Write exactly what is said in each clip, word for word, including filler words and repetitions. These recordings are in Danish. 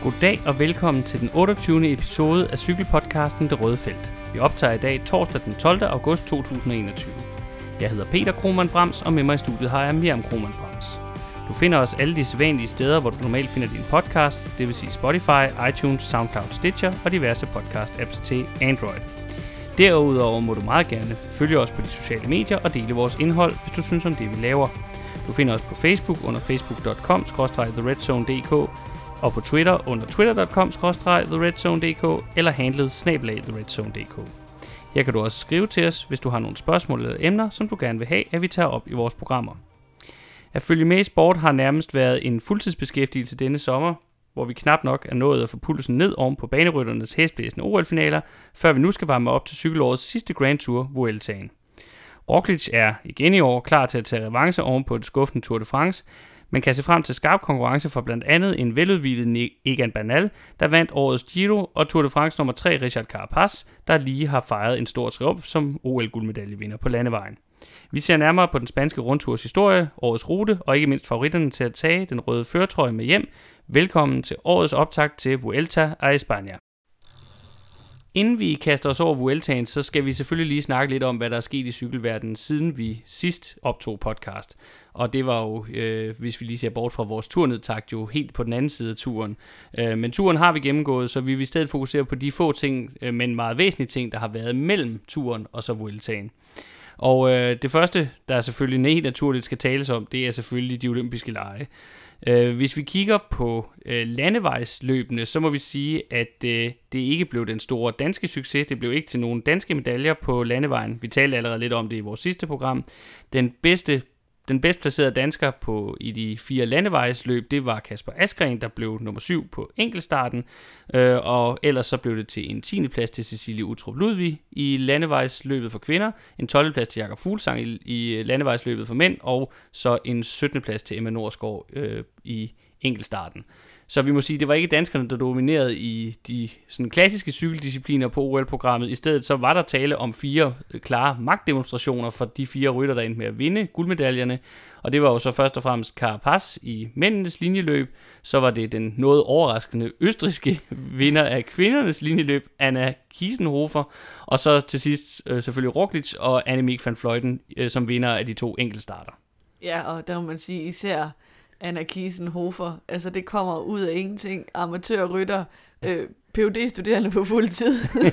Goddag og velkommen til den otteogtyvende episode af cykelpodcasten Det Røde Felt. Vi optager i dag torsdag den tolvte august to tusind og enogtyve. Jeg hedder Peter Krohmann Brams, og med mig i studiet har jeg Miriam Krohmann Brams. Du finder os alle de sædvanlige steder, hvor du normalt finder din podcast, det vil sige Spotify, iTunes, SoundCloud, Stitcher og diverse podcast-apps til Android. Derudover må du meget gerne følge os på de sociale medier og dele vores indhold, hvis du synes om det, vi laver. Du finder os på Facebook under facebook punktum com skråstreg the red zone punktum d k og på Twitter under twitter punktum com skråstreg the red zone punktum d k eller handlet snabel-a the red zone punktum d k. Her kan du også skrive til os, hvis du har nogle spørgsmål eller emner, som du gerne vil have, at vi tager op i vores programmer. At følge med i sport har nærmest været en fuldtidsbeskæftigelse denne sommer, hvor vi knap nok er nået at få pulsen ned oven på banerytternes hæsblæsende O L-finaler, før vi nu skal varme op til cykelårets sidste Grand Tour, Vueltaen. Roglic er igen i år klar til at tage revanche oven på et skuffende Tour de France, men kan se frem til skarp konkurrence fra blandt andet en veludhvilet Egan Bernal, der vandt årets Giro, og Tour de France nummer tre Richard Carapaz, der lige har fejret en stor triumf som O L-guldmedaljevinder på landevejen. Vi ser nærmere på den spanske rundtours historie, årets rute og ikke mindst favoritterne til at tage den røde førertrøje med hjem. Velkommen til årets optakt til Vuelta a España. Inden vi kaster os over Vueltaen, så skal vi selvfølgelig lige snakke lidt om, hvad der er sket i cykelverdenen, siden vi sidst optog podcast. Og det var jo, øh, hvis vi lige ser bort fra vores turnedtakt, jo helt på den anden side af turen. Øh, men turen har vi gennemgået, så vi vil i stedet fokusere på de få ting, øh, men meget væsentlige ting, der har været mellem turen og så Vueltaen. Og øh, det første, der selvfølgelig helt naturligt skal tales om, det er selvfølgelig de olympiske lege. Uh, hvis vi kigger på uh, landevejsløbene, så må vi sige, at uh, det ikke blev den store danske succes. Det blev ikke til nogen danske medaljer på landevejen. Vi talte allerede lidt om det i vores sidste program. Den bedste, den bedst placerede dansker på, i de fire landevejsløb, det var Kasper Asgreen, der blev nummer syv på enkeltstarten. Uh, og ellers så blev det til en tiende plads til Cecilie Uttrup Ludvig i landevejsløbet for kvinder, en tolvte plads til Jakob Fuglsang i, i landevejsløbet for mænd, og så en syttende plads til Emma Norsgaard øh, i enkeltstarten. Så vi må sige, det var ikke danskerne, der dominerede i de sådan klassiske cykeldiscipliner på O L-programmet. I stedet så var der tale om fire klare magtdemonstrationer for de fire rytter, der endte med at vinde guldmedaljerne. Og det var jo så først og fremmest Carapaz i mændenes linjeløb. Så var det den noget overraskende østrigske vinder af kvindernes linjeløb, Anna Kiesenhofer. Og så til sidst øh, selvfølgelig Roglic og Annemiek van Vleuten øh, som vinder af de to enkeltstarter. Ja, og der må man sige især Anna Kiesenhofer. Altså det kommer ud af ingenting. Amatørrytter, øh, P H D-studerende på fuld tid,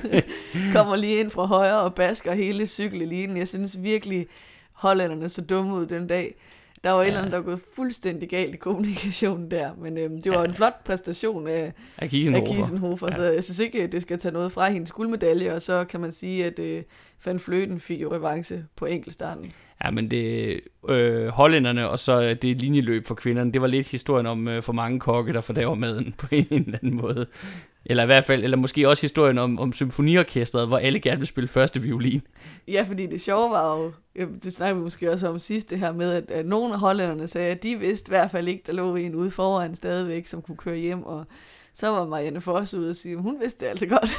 kommer lige ind fra højre og basker hele cykeleliten. Jeg synes virkelig, hollænderne så dumme ud den dag. Der var et eller andet, der var gået fuldstændig galt i kommunikationen der, men øhm, det var en flot præstation af, af Kiesenhofer, af Kiesenhofer ja. Så jeg synes ikke, det skal tage noget fra hendes guldmedalje, og så kan man sige, at øh, Van Vleuten fik jo revanche på enkeltstarten. Ja, men det øh, hollænderne og så det linjeløb for kvinderne, det var lidt historien om øh, for mange kokke, der fordaver maden på en eller anden måde. Eller i hvert fald, eller måske også historien om, om symfoniorkestret, hvor alle gerne vil spille første violin. Ja, fordi det sjove var jo, det snakker vi måske også om sidst, det her med, at, at nogle af hollænderne sagde, at de vidste i hvert fald ikke, der lå en ude foran stadigvæk, som kunne køre hjem, og så var Marianne Foss ude og sige, hun vidste det altså godt.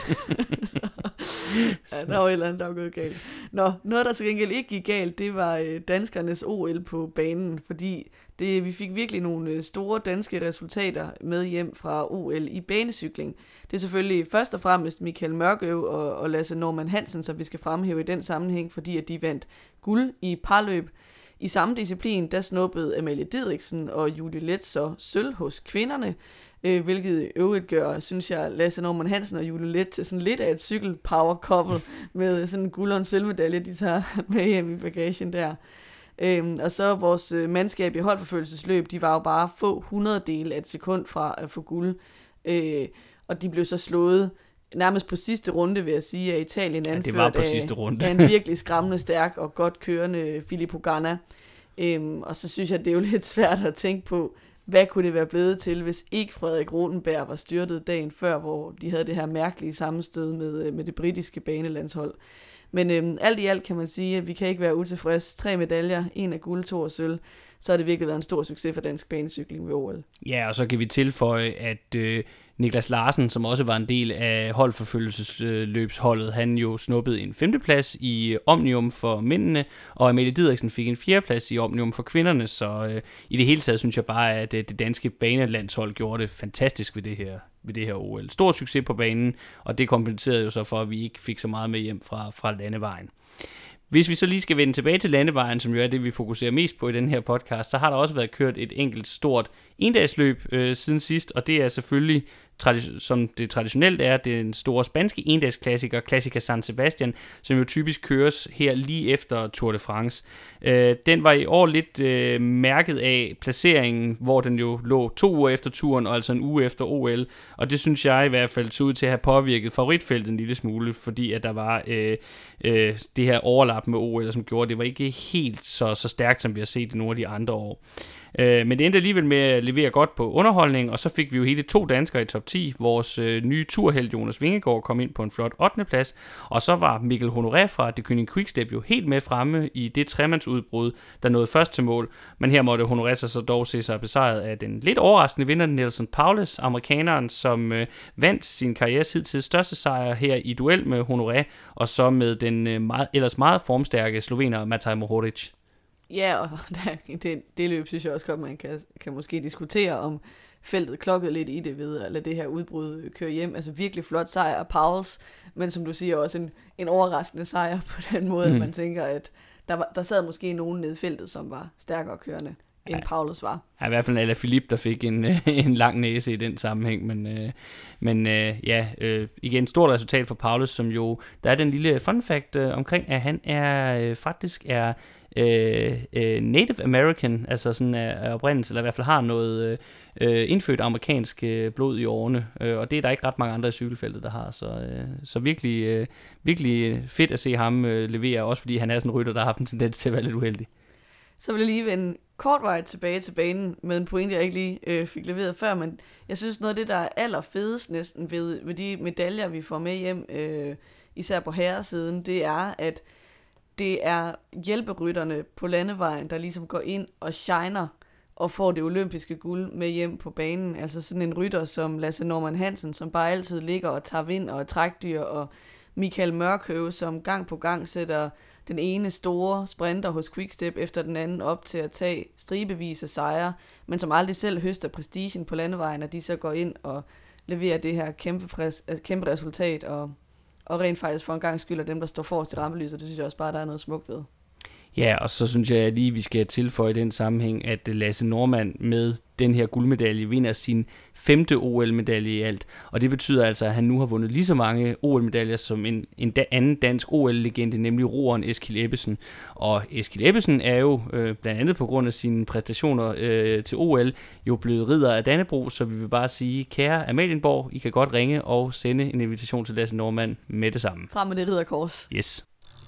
Ja, der var et eller andet, der var gået galt. Nå, noget der til gengæld ikke gik galt, det var øh, danskernes O L på banen, fordi det, vi fik virkelig nogle øh, store danske resultater med hjem fra O L i banecykling. Det er selvfølgelig først og fremmest Michael Mørkøv og, og Lasse Norman Hansen, som vi skal fremhæve i den sammenhæng, fordi at de vandt guld i parløb. I samme disciplin, der snuppede Amalie Didriksen og Julie Let så sølv hos kvinderne, øh, hvilket i øvrigt gør, synes jeg, Lasse Norman Hansen og Julie Let til sådan lidt af et cykel-power-couple med sådan en guld og en sølvmedalje, de tager med hjem i bagagen der. Øhm, og så vores øh, mandskab i holdforfølgelsesløb, de var jo bare få hundreddele af et sekund fra at få guld, øh, og de blev så slået nærmest på sidste runde, vil jeg sige, af Italien anført ja, det var på sidste runde. af en virkelig skræmmende stærk og godt kørende Filippo Ganna. Øhm, og så synes jeg, det er jo lidt svært at tænke på, hvad kunne det være blevet til, hvis ikke Frederik Rodenberg var styrtet dagen før, hvor de havde det her mærkelige sammenstød med, med det britiske banelandshold. Men øhm, alt i alt kan man sige, at vi kan ikke være utilfredse. Tre medaljer, en af guld, to af sølv. Så har det virkelig været en stor succes for dansk banecykling ved O L. Ja, og så kan vi tilføje, at øh, Niklas Larsen, som også var en del af holdforfølgelsesløbsholdet, han jo snuppede en femteplads i Omnium for mændene, og Amalie Didriksen fik en fjerdeplads i Omnium for kvinderne, så øh, i det hele taget synes jeg bare, at øh, det danske banelandshold gjorde det fantastisk ved det her, ved det her O L. Stor succes på banen, og det kompenserede jo så for, at vi ikke fik så meget med hjem fra, fra landevejen. Hvis vi så lige skal vende tilbage til landevejen, som jo er det, vi fokuserer mest på i den her podcast, så har der også været kørt et enkelt stort endagsløb øh, siden sidst, og det er selvfølgelig, tradi- som det traditionelt er, den store spanske endagsklassiker, Clásica San Sebastián, som jo typisk køres her lige efter Tour de France. Øh, den var i år lidt øh, mærket af placeringen, hvor den jo lå to uger efter turen, og altså en uge efter O L, og det synes jeg i hvert fald så ud til at have påvirket favoritfeltet en lille smule, fordi at der var øh, øh, det her overlap med O L, som gjorde, at det var ikke helt så, så stærkt, som vi har set i nogle af de andre år. Øh, men det endte alligevel med at levere godt på underholdning, og så fik vi jo hele to danskere i top ti. Vores øh, nye turhelt Jonas Vingegaard kom ind på en flot ottende plads, og så var Mikkel Honoré fra Deceuninck Quickstep jo helt med fremme i det tremandsudbrud, der nåede først til mål. Men her måtte Honoré så dog se sig besejret af den lidt overraskende vinder Nelson Powless, amerikaneren, som øh, vandt sin karrieres hidtil største sejr her i duel med Honoré, og så med den øh, meget, ellers meget formstærke slovener Matej Mohoric. Ja, og det, det løb synes jeg også godt, man kan, kan måske diskutere, om feltet klokkede lidt i det ved at lade det her udbrud køre hjem. Altså virkelig flot sejr af Pauls, men som du siger også en, en overraskende sejr på den måde, mm. at man tænker, at der, var, der sad måske nogen nede i feltet, som var stærkere kørende, end ja. Paulus var. Ja, i hvert fald Alaphilippe, der fik en, en lang næse i den sammenhæng, men, øh, men øh, ja, øh, igen stort resultat for Paulus, som jo, der er den lille fun fact øh, omkring, at han er øh, faktisk er Øh, øh, Native American, altså sådan af oprindelse, eller i hvert fald har noget øh, indfødt amerikansk øh, blod i årene, øh, og det er der ikke ret mange andre i cykelfeltet, der har, så, øh, så virkelig, øh, virkelig fedt at se ham øh, levere, også fordi han er sådan en rytter, der har haft en tendens til at være lidt uheldig. Så vil jeg lige vende kortvejt tilbage til banen med en pointe, jeg ikke lige øh, fik leveret før, men jeg synes noget af det, der er allerfedest næsten ved, ved de medaljer, vi får med hjem, øh, især på herresiden, det er, at det er hjælperytterne på landevejen, der ligesom går ind og shiner og får det olympiske guld med hjem på banen. Altså sådan en rytter som Lasse Norman Hansen, som bare altid ligger og tager vind og trækdyr, og Michael Mørkøve, som gang på gang sætter den ene store sprinter hos Quickstep efter den anden op til at tage stribevis af sejre, men som aldrig selv høster prestigen på landevejen, at de så går ind og leverer det her kæmpe, pres, altså kæmpe resultat, og og rent faktisk for en gang skylder dem, der står forrest i rampelyset. Det synes jeg også bare, der er noget smukt ved. Ja, og så synes jeg lige, vi skal tilføje i den sammenhæng, at Lasse Norman med den her guldmedalje vinder sin femte O L-medalje i alt. Og det betyder altså, at han nu har vundet lige så mange O L-medaljer som en, en da, anden dansk O L-legende, nemlig roeren Eskil Ebbesen. Og Eskil Ebbesen er jo øh, blandt andet på grund af sine præstationer øh, til O L jo blevet ridder af Dannebrog, så vi vil bare sige, kære Amalienborg, I kan godt ringe og sende en invitation til Lasse Norman med det samme. Frem med det ridderkors. Yes.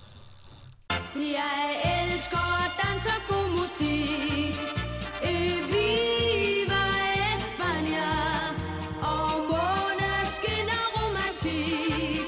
Jeg elsker dans og god musik. Viva España. Og måneskin og romantik.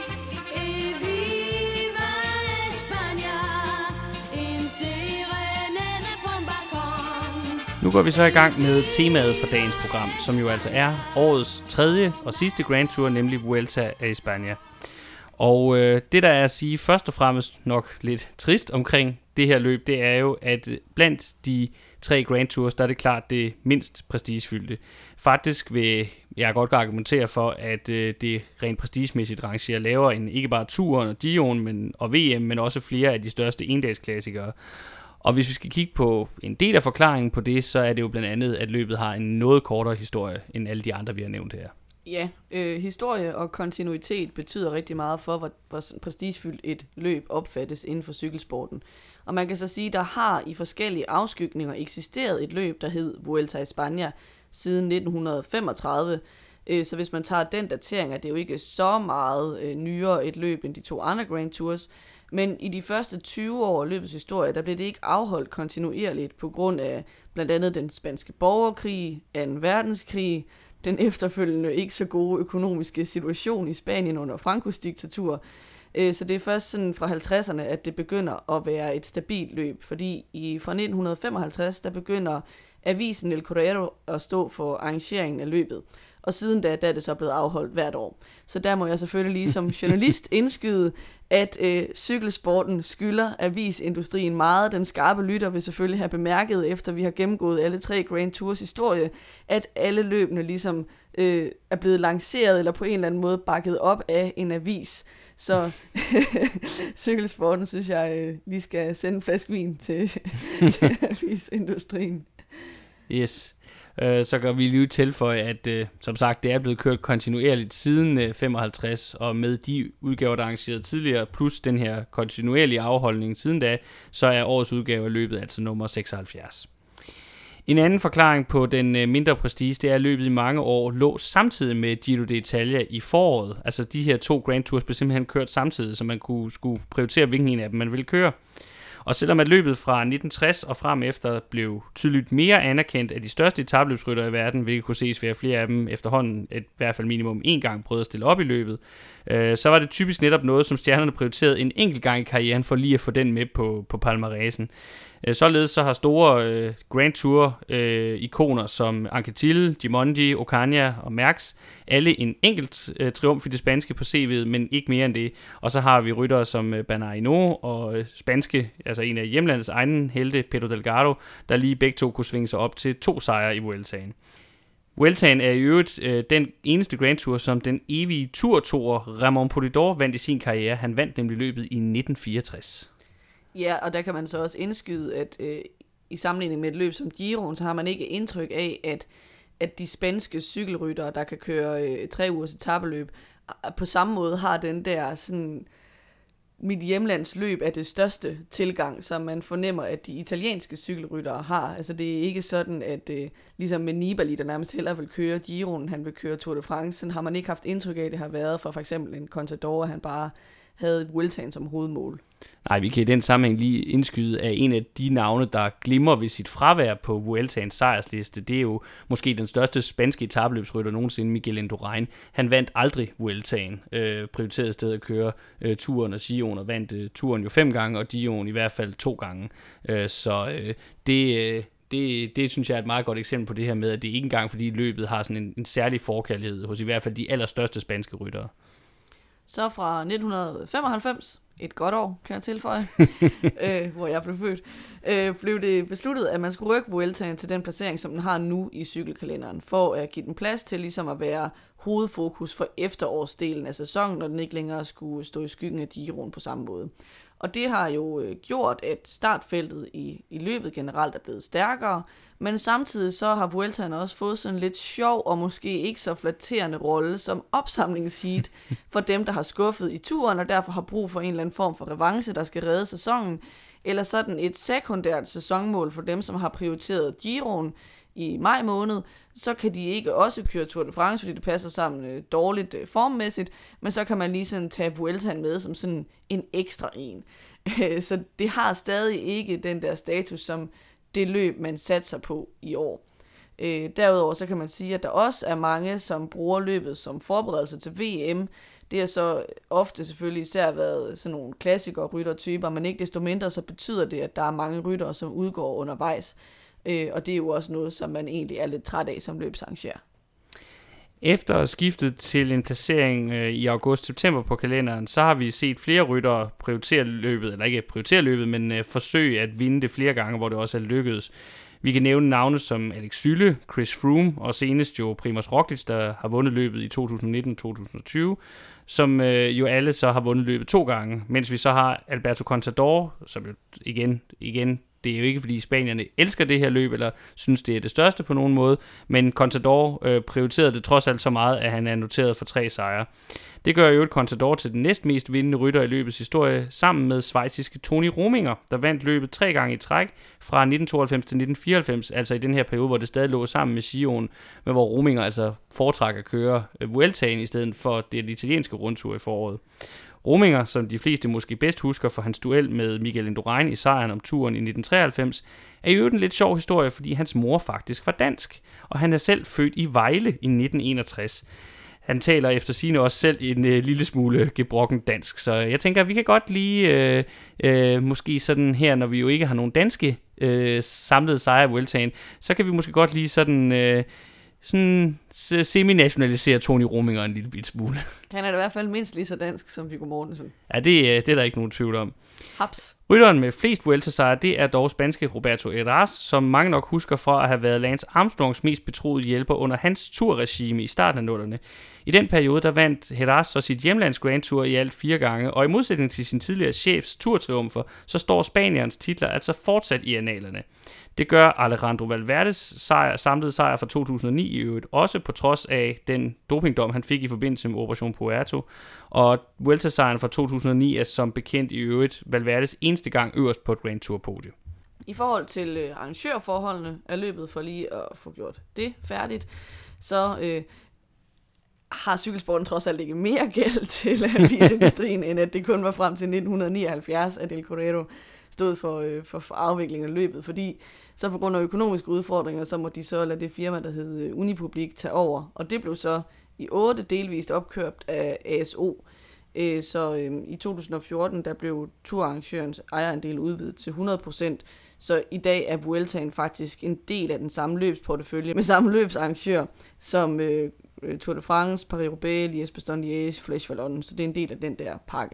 Viva España. En serenade på en balkon. Nu går vi så i gang med temaet for dagens program, som jo altså er årets tredje og sidste Grand Tour, nemlig Vuelta a España. Og øh, det der er at sige først og fremmest nok lidt trist omkring det her løb, det er jo, at blandt de tre Grand Tours, der er det klart det mindst prestigefyldte. Faktisk vil jeg godt argumentere for, at øh, det rent prestigemæssigt rangerer lavere end ikke bare Touren og Dion men, og V M, men også flere af de største endagsklassikere. Og hvis vi skal kigge på en del af forklaringen på det, så er det jo blandt andet, at løbet har en noget kortere historie end alle de andre, vi har nævnt her. Ja, øh, historie og kontinuitet betyder rigtig meget for, hvor, hvor prestigefyldt et løb opfattes inden for cykelsporten. Og man kan så sige, der har i forskellige afskygninger eksisteret et løb, der hed Vuelta a España siden nitten femogtredive. Øh, så hvis man tager den datering, er det jo ikke så meget øh, nyere et løb end de to andre Grand Tours. Men i de første tyve år af løbets historie, der blev det ikke afholdt kontinuerligt på grund af blandt andet den spanske borgerkrig, anden verdenskrig, den efterfølgende ikke så gode økonomiske situation i Spanien under Francos diktatur. Så det er først sådan fra halvtredserne, at det begynder at være et stabilt løb, fordi i, fra nitten femoghalvtreds, der begynder avisen El Correo at stå for arrangeringen af løbet. Og siden da, der er det så blevet afholdt hvert år. Så der må jeg selvfølgelig lige som journalist indskyde, at øh, cykelsporten skylder avisindustrien meget. Den skarpe lytter vil selvfølgelig have bemærket, efter vi har gennemgået alle tre Grand Tours historie, at alle løbene ligesom øh, er blevet lanceret eller på en eller anden måde bakket op af en avis. Så cykelsporten, synes jeg, øh, lige skal sende en flaske vin til, til avisindustrien. Yes. Uh, så kan vi lige tilføje, at uh, som sagt, det er blevet kørt kontinuerligt siden uh, femoghalvtreds, og med de udgaver, der er arrangeret tidligere, plus den her kontinuerlige afholdning siden da, så er årets udgave af løbet altså nummer seksoghalvfjerds. En anden forklaring på den uh, mindre prestige, det er, at løbet i mange år lå samtidig med Giro d'Italia i foråret. Altså de her to Grand Tours blev simpelthen kørt samtidig, så man kunne, skulle prioritere, hvilken en af dem man ville køre. Og selvom at løbet fra nitten tres og frem efter blev tydeligt mere anerkendt af de største etapeløbsryttere i verden, hvilket kunne ses ved at flere af dem efterhånden et, i hvert fald minimum en gang prøvede at stille op i løbet, øh, så var det typisk netop noget, som stjernerne prioriterede en enkelt gang i karrieren for lige at få den med på, på palmaressen. Således så har store øh, Grand Tour øh, ikoner som Anquetil, Gimondi, Ocaña og Merckx alle en enkelt øh, triumf i det spanske på C V'et, men ikke mere end det. Og så har vi ryttere som øh, Bernard Hinault og øh, spanske, altså en af hjemlandets egne helte, Pedro Delgado, der lige begge to kunne svinge sig op til to sejre i Vueltaen. Vueltaen er i øvrigt øh, den eneste Grand Tour, som den evige turtorer Ramon Polidor vandt i sin karriere. Han vandt nemlig løbet i nitten fireogtres. Ja, og der kan man så også indskyde, at øh, i sammenligning med et løb som Giroen, så har man ikke indtryk af, at, at de spanske cykelryttere, der kan køre øh, tre ugers etapeløb, på samme måde har den der sådan, mit hjemlands løb er det største tilgang, som man fornemmer, at de italienske cykelryttere har. Altså det er ikke sådan, at øh, ligesom med Nibali, der nærmest hellere vil køre Giroen, han vil køre Tour de France, sådan har man ikke haft indtryk af, at det har været for for eksempel en Contador, han bare havde et Vueltaen som hovedmål. Nej, vi kan i den sammenhæng lige indskyde, af en af de navne, der glimrer ved sit fravær på Vueltaens sejrsliste. Det er jo måske den største spanske etapeløbsrytter nogensinde, Miguel Indurain. Han vandt aldrig Vueltaen, øh, prioriterede sted at køre øh, turen og Giroen, og vandt øh, turen jo fem gange, og Giroen i hvert fald to gange. Øh, så øh, det... Øh, Det, det synes jeg er et meget godt eksempel på det her med, at det ikke engang fordi løbet har sådan en, en særlig forkærlighed hos i hvert fald de allerstørste spanske ryttere. Så fra nitten femoghalvfems, et godt år, kan jeg tilføje, øh, hvor jeg blev født, øh, blev det besluttet, at man skulle rykke Vueltaen til den placering, som den har nu i cykelkalenderen, for at give den plads til ligesom at være hovedfokus for efterårsdelen af sæsonen, når den ikke længere skulle stå i skyggen af Giroen på samme måde. Og det har jo øh, gjort, at startfeltet i, i løbet generelt er blevet stærkere, men samtidig så har Vueltaen også fået sådan en lidt sjov og måske ikke så flatterende rolle som opsamlingsheat for dem, der har skuffet i turen og derfor har brug for en eller anden form for revanche, der skal redde sæsonen, eller sådan et sekundært sæsonmål for dem, som har prioriteret Giroen i maj måned, så kan de ikke også køre Tour de France, fordi det passer sammen øh, dårligt øh, formmæssigt, men så kan man lige sådan tage Vueltaen med som sådan en ekstra en. Så det har stadig ikke den der status som det løb, man satser på i år. Øh, derudover så kan man sige, at der også er mange, som bruger løbet som forberedelse til V M. Det har så ofte selvfølgelig især været sådan nogle klassikere ryttertyper, men ikke desto mindre så betyder det, at der er mange ryttere, som udgår undervejs. Øh, og det er jo også noget, som man egentlig er lidt træt af som løbsarrangør. Efter skiftet til en placering øh, i august-september på kalenderen, så har vi set flere ryttere prioritere løbet, eller ikke prioritere løbet, men øh, forsøge at vinde det flere gange, hvor det også er lykkedes. Vi kan nævne navne som Alex Zülle, Chris Froome og senest jo Primož Roglič, der har vundet løbet i to tusind nitten til to tusind tyve, som øh, jo alle så har vundet løbet to gange, mens vi så har Alberto Contador, som jo igen, igen det er jo ikke, fordi spanierne elsker det her løb, eller synes, det er det største på nogen måde, men Contador øh, prioriterede det trods alt så meget, at han er noteret for tre sejre. Det gør jo et Contador til den næstmest vindende rytter i løbets historie, sammen med schweiziske Toni Rominger, der vandt løbet tre gange i træk fra nitten tooghalvfems til nitten fireoghalvfems, altså i den her periode, hvor det stadig lå sammen med Giroen, men hvor Rominger altså foretrækker at køre Vueltaen i stedet for det italienske rundtur i foråret. Rominger, som de fleste måske bedst husker for hans duel med Miguel Indurain i sejren om turen i nitten treoghalvfems, er jo en lidt sjov historie, fordi hans mor faktisk var dansk, og han er selv født i Vejle i nitten enogtres. Han taler efter sigende også selv en øh, lille smule gebrokken dansk, så jeg tænker, at vi kan godt lige, øh, øh, måske sådan her, når vi jo ikke har nogen danske øh, samlede sejre i Vueltaen, så kan vi måske godt lige sådan, øh, sådan semi-nationalisere Tony Rominger en lille bit smule. Han er da i hvert fald mindst lige så dansk som Viggo Mortensen. Ja, det, det er der ikke nogen tvivl om. Haps. Rytteren med flest Vuelta-sejre, det er dog spanske Roberto Heras, som mange nok husker fra at have været Lance Armstrongs mest betroede hjælper under hans turregime i starten af nullerne. I den periode, der vandt Heras så sit hjemlands Grand Tour i alt fire gange, og i modsætning til sin tidligere chefs turtriumfer, så står Spanierens titler altså fortsat i annalerne. Det gør Alejandro Valverdes sejr, samlede sejr fra to tusind og ni i øvrigt, også på trods af den dopingdom, han fik i forbindelse med Operation Puerto. Og Vuelta-sejren fra to tusind og ni er som bekendt i øvrigt Valverdes eneste gang øverst på et Grand Tour-podie. I forhold til øh, arrangørforholdene er løbet for lige at få gjort det færdigt, så øh, har cykelsporten trods alt ikke mere gæld til avisindustrien, end at det kun var frem til nitten nioghalvfjerds, at El Correro stod for, øh, for, for afviklingen af løbet, fordi så på grund af økonomiske udfordringer, så må de så lade det firma, der hed Unipublic, tage over. Og det blev så i otte delvist opkøbt af A S O. Øh, så øh, i to tusind og fjorten, der blev turarrangørens ejerandel udvidet til hundrede procent. Så i dag er Vueltaen faktisk en del af den samme løbsportefølje med samme løbsarrangør som øh, Tour de France, Paris-Roubaix, Liège-Bastogne-Liège, Flèche Wallonne. Så det er en del af den der pakke.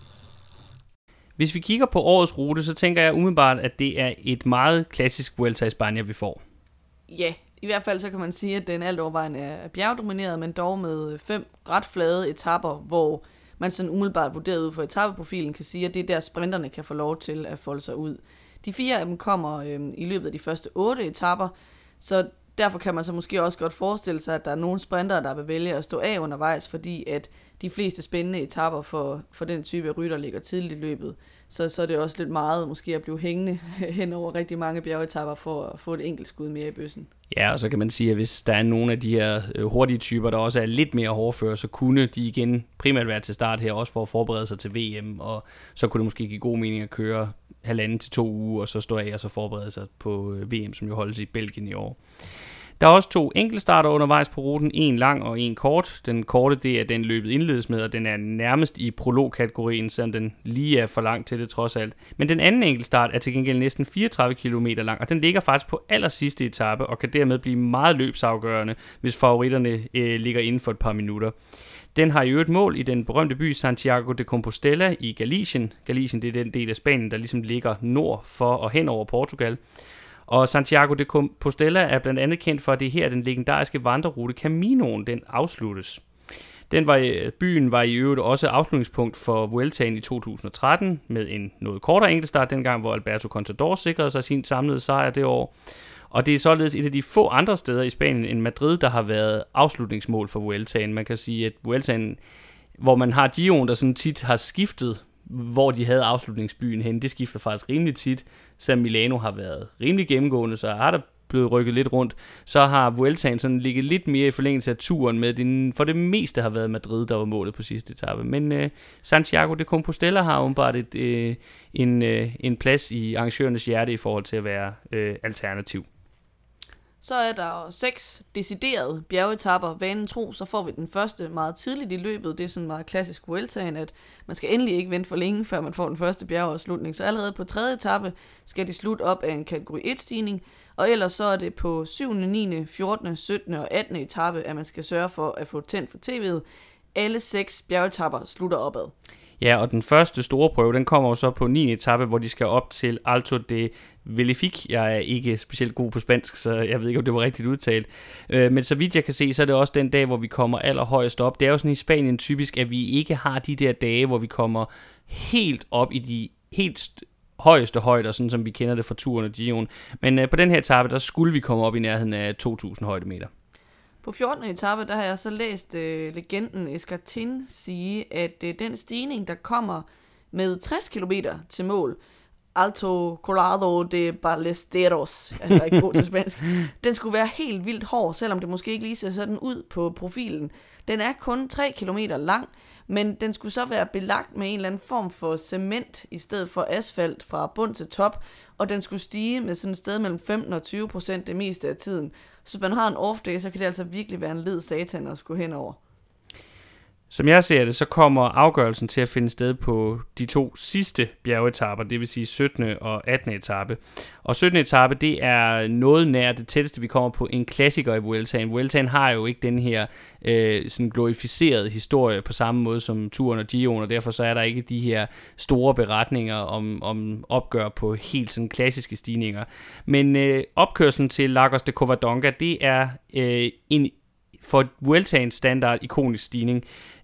Hvis vi kigger på årets rute, så tænker jeg umiddelbart, at det er et meget klassisk Vuelta i Spanien, vi får. Ja, i hvert fald så kan man sige, at den alt overvejende er bjergdomineret, men dog med fem ret flade etapper, hvor man sådan umiddelbart vurderet ud for etapeprofilen kan sige, at det er der sprinterne kan få lov til at folde sig ud. De fire af dem kommer øh, i løbet af de første otte etapper, så derfor kan man så måske også godt forestille sig, at der er nogle sprintere, der vil vælge at stå af undervejs, fordi at de fleste spændende etapper for, for den type af rytter ligger tidligt i løbet. Så, så er det også lidt meget måske at blive hængende hen over rigtig mange bjergetapper for at få et enkelt skud mere i bøssen. Ja, og så kan man sige, at hvis der er nogle af de her hurtige typer, der også er lidt mere hårdføre, så kunne de igen primært være til start her, også for at forberede sig til V M, og så kunne det måske give god mening at køre halvanden til to uger, og så stå af og så forberede sig på V M, som jo holdes i Belgien i år. Der er også to enkeltstarter undervejs på ruten, en lang og en kort. Den korte, det er den løbet indledes med, og den er nærmest i prolog-kategorien, selvom den lige er for lang til det trods alt. Men den anden enkeltstart er til gengæld næsten fireogtredive kilometer lang, og den ligger faktisk på allersidste etape, og kan dermed blive meget løbsafgørende, hvis favoritterne øh, ligger inden for et par minutter. Den har i øvrigt mål i den berømte by Santiago de Compostela i Galicien. Galicien, det er den del af Spanien, der ligesom ligger nord for og hen over Portugal. Og Santiago de Compostela er blandt andet kendt for, at det her den legendariske vandrerute Caminoen, den afsluttes. Den var, byen var i øvrigt også afslutningspunkt for Vueltaen i to tusind og tretten, med en noget kortere enkeltstart dengang, hvor Alberto Contador sikrede sig sin samlede sejr det år. Og det er således et af de få andre steder i Spanien end Madrid, der har været afslutningsmål for Vueltaen. Man kan sige, at Vueltaen, hvor man har Giroen, der sådan tit har skiftet, hvor de havde afslutningsbyen hen, det skifter faktisk rimelig tit. Selvom Milano har været rimelig gennemgående, så har der blevet rykket lidt rundt, så har Vueltaen sådan ligget lidt mere i forlængelse af turen med, den for det meste har været Madrid, der var målet på sidste etape. Men øh, Santiago de Compostela har åbenbart et, øh, en, øh, en plads i arrangørernes hjerte i forhold til at være øh, alternativ. Så er der seks deciderede bjergetapper. Vanen tro, så får vi den første meget tidligt i løbet. Det er sådan meget klassisk Vueltaen, at man skal endelig ikke vente for længe, før man får den første bjergeafslutning. Så allerede på tredje etape skal de slutte op af en kategori et-stigning, og ellers så er det på syvende, niende, fjortende, syttende og attende etape, at man skal sørge for at få tændt for tv'et. Alle seks bjergetapper slutter opad. Ja, og den første store prøve, den kommer jo så på niende etape, hvor de skal op til Alto de Vellific. Jeg er ikke specielt god på spansk, så jeg ved ikke, om det var rigtigt udtalt. Men så vidt jeg kan se, så er det også den dag, hvor vi kommer allerhøjest op. Det er jo sådan i Spanien typisk, at vi ikke har de der dage, hvor vi kommer helt op i de helt højeste højder, sådan som vi kender det fra turen og Giroen. Men på den her etape, der skulle vi komme op i nærheden af to tusind højdemeter. På fjortende etape, der har jeg så læst øh, legenden Escartin sige, at øh, den stigning, der kommer med tres kilometer til mål, Alto Colado de Ballesteros, altså ikke god til spansk, den skulle være helt vildt hård, selvom det måske ikke lige ser sådan ud på profilen. Den er kun tre kilometer lang, men den skulle så være belagt med en eller anden form for cement i stedet for asfalt fra bund til top, og den skulle stige med sådan et sted mellem femten og tyve procent det meste af tiden. Så hvis man har en off-day, så kan det altså virkelig være en led satan at skulle henover. Som jeg ser det, så kommer afgørelsen til at finde sted på de to sidste bjergetapper, det vil sige syttende og attende etape. Og syttende etape, det er noget nær det tætteste, vi kommer på en klassiker i Vueltaen. Vueltaen har jo ikke den her øh, sådan glorificerede historie på samme måde som Touren og Giroen, og derfor så er der ikke de her store beretninger om, om opgør på helt sådan klassiske stigninger. Men øh, opkørslen til Lagos de Covadonga, det er øh, en for Vueltaens standard ikonisk stigning.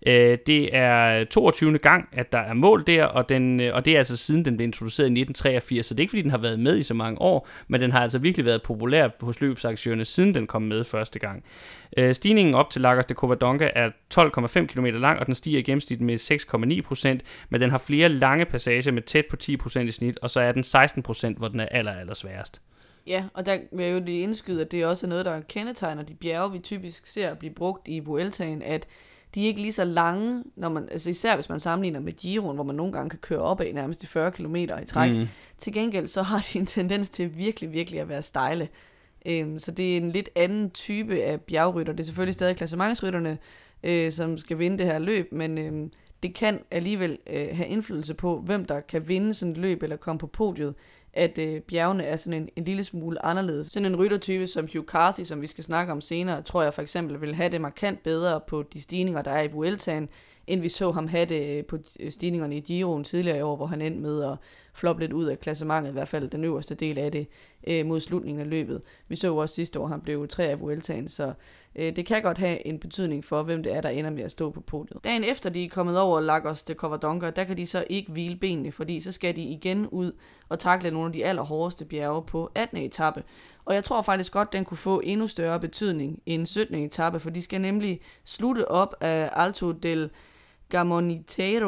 Det er toogtyvende gang, at der er mål der, og, den, og det er altså siden den blev introduceret i nitten treogfirs, så det er ikke fordi, den har været med i så mange år, men den har altså virkelig været populær hos løbsarrangørerne, siden den kom med første gang. Stigningen op til Lagos de Covadonga er tolv komma fem kilometer lang, og den stiger i gennemsnit med seks komma ni procent, men den har flere lange passager med tæt på ti procent i snit, og så er den seksten procent, hvor den er aller, aller sværest. Ja, og der vil jeg jo lige indskyde, at det er også noget, der kendetegner de bjerge, vi typisk ser blive brugt i Vueltaen, at de er ikke lige så lange, når man, altså især hvis man sammenligner med Giroen, hvor man nogle gange kan køre opad nærmest i fyrre kilometer i træk. Mm. Til gengæld så har de en tendens til virkelig, virkelig at være stejle. Øhm, så det er en lidt anden type af bjergrytter. Det er selvfølgelig stadig klassementsrytterne, øh, som skal vinde det her løb, men øh, det kan alligevel øh, have indflydelse på, hvem der kan vinde sådan et løb eller komme på podiet, at øh, bjergene er sådan en, en lille smule anderledes. Sådan en ryttertype som Hugh Carthy, som vi skal snakke om senere, tror jeg for eksempel vil have det markant bedre på de stigninger, der er i Vueltaen, end vi så ham have det på stigningerne i Giroen tidligere i år, hvor han endte med at floppe lidt ud af klassementet, i hvert fald den øverste del af det, øh, mod slutningen af løbet. Vi så jo også sidste år, han blev tre af Vueltaen, så øh, det kan godt have en betydning for, hvem det er, der ender med at stå på podiet. Dagen efter de er kommet over Lagos de Covadonga, der kan de så ikke hvile benene, fordi så skal de igen ud og takle nogle af de allerhårdeste bjerge på attende etape. Og jeg tror faktisk godt, den kunne få endnu større betydning end syttende etape, for de skal nemlig slutte op af Alto del Gamonitero.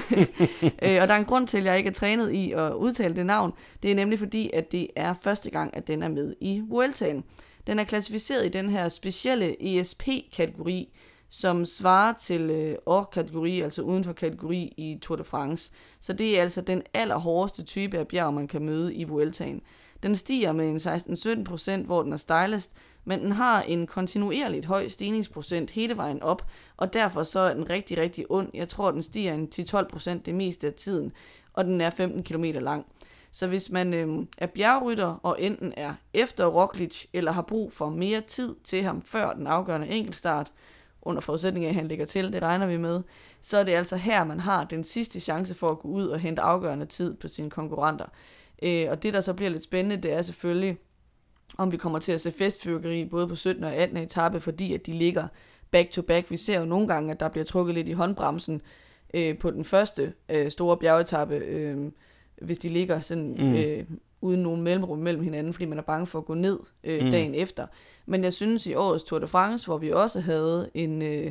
Og der er en grund til, at jeg ikke er trænet i at udtale det navn. Det er nemlig fordi, at det er første gang, at den er med i Vueltaen. Den er klassificeret i den her specielle E S P-kategori, som svarer til øh, Or-kategori, altså uden for kategori i Tour de France. Så det er altså den allerhårdeste type af bjerg, man kan møde i Vueltaen. Den stiger med en seksten til sytten procent, hvor den er stejlest, men den har en kontinuerligt høj stigningsprocent hele vejen op, og derfor så er den rigtig, rigtig ond. Jeg tror, den stiger en ti til tolv procent det meste af tiden, og den er femten kilometer lang. Så hvis man øh, er bjergrytter og enten er efter Roglic, eller har brug for mere tid til ham før den afgørende enkeltstart, under forudsætning af, at han ligger til, det regner vi med, så er det altså her, man har den sidste chance for at gå ud og hente afgørende tid på sine konkurrenter. Øh, og det, der så bliver lidt spændende, det er selvfølgelig, om vi kommer til at se festfyrkeri både på syttende og attende etape, fordi at de ligger back-to-back. Vi ser jo nogle gange, at der bliver trukket lidt i håndbremsen øh, på den første øh, store bjergetape, øh, hvis de ligger sådan mm. øh, uden nogen mellemrum mellem hinanden, fordi man er bange for at gå ned øh, mm. dagen efter. Men jeg synes i årets Tour de France, hvor vi også havde en, øh,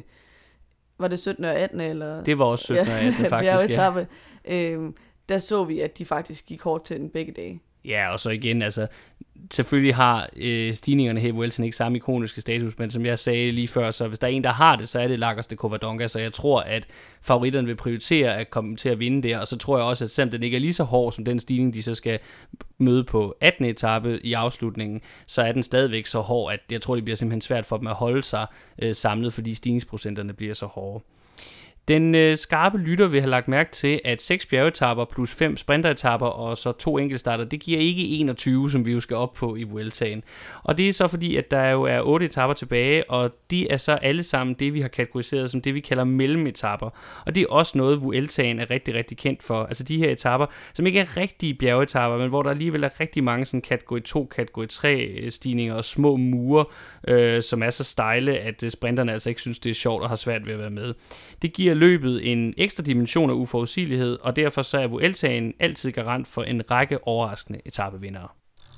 var det syttende og attende eller? Det var også syttende og attende faktisk, bjergetape, ja. øh, der så vi, at de faktisk gik hårdt til den begge dage. Ja, og så igen, altså, selvfølgelig har øh, stigningerne her i Vueltaen ikke samme ikoniske status, men som jeg sagde lige før, så hvis der er en, der har det, så er det Lagos de Covadonga, så jeg tror, at favoritterne vil prioritere at komme til at vinde der, og så tror jeg også, at selvom den ikke er lige så hård som den stigning, de så skal møde på attende etape i afslutningen, så er den stadigvæk så hård, at jeg tror, det bliver simpelthen svært for dem at holde sig øh, samlet, fordi stigningsprocenterne bliver så hårde. Den øh, skarpe lytter vil have lagt mærke til, at seks bjergetapper plus fem sprinteretapper og så to enkeltstarter, det giver ikke enogtyve, som vi jo skal op på i Vueltaen. Og det er så fordi, at der jo er otte etapper tilbage, og de er så alle sammen det, vi har kategoriseret som det, vi kalder mellemetapper. Og det er også noget, Vueltaen er rigtig, rigtig kendt for. Altså de her etapper, som ikke er rigtige bjergetapper, men hvor der alligevel er rigtig mange sådan kategori to, kategori tre stigninger og små mure, øh, som er så stejle, at sprinterne altså ikke synes, det er sjovt og har svært ved at være med. Det giver løbet en ekstra dimension af uforudsigelighed, og derfor så er Vueltaen altid garant for en række overraskende etapevindere.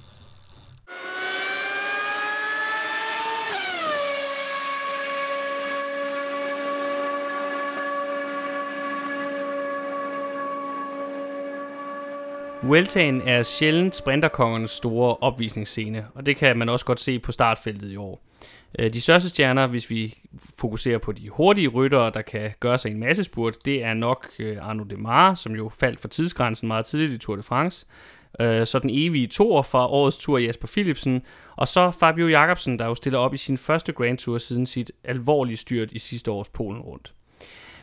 Vueltaen er sjældent sprinterkongernes store opvisningsscene, og det kan man også godt se på startfeltet i år. De største stjerner, hvis vi fokuserer på de hurtige ryttere, der kan gøre sig en masse spurt, det er nok Arnaud Démare, som jo faldt for tidsgrænsen meget tidligt i Tour de France. Så den evige toer fra årets tur, Jasper Philipsen, og så Fabio Jakobsen, der jo stiller op i sin første Grand Tour siden sit alvorlige styrt i sidste års Polen rundt.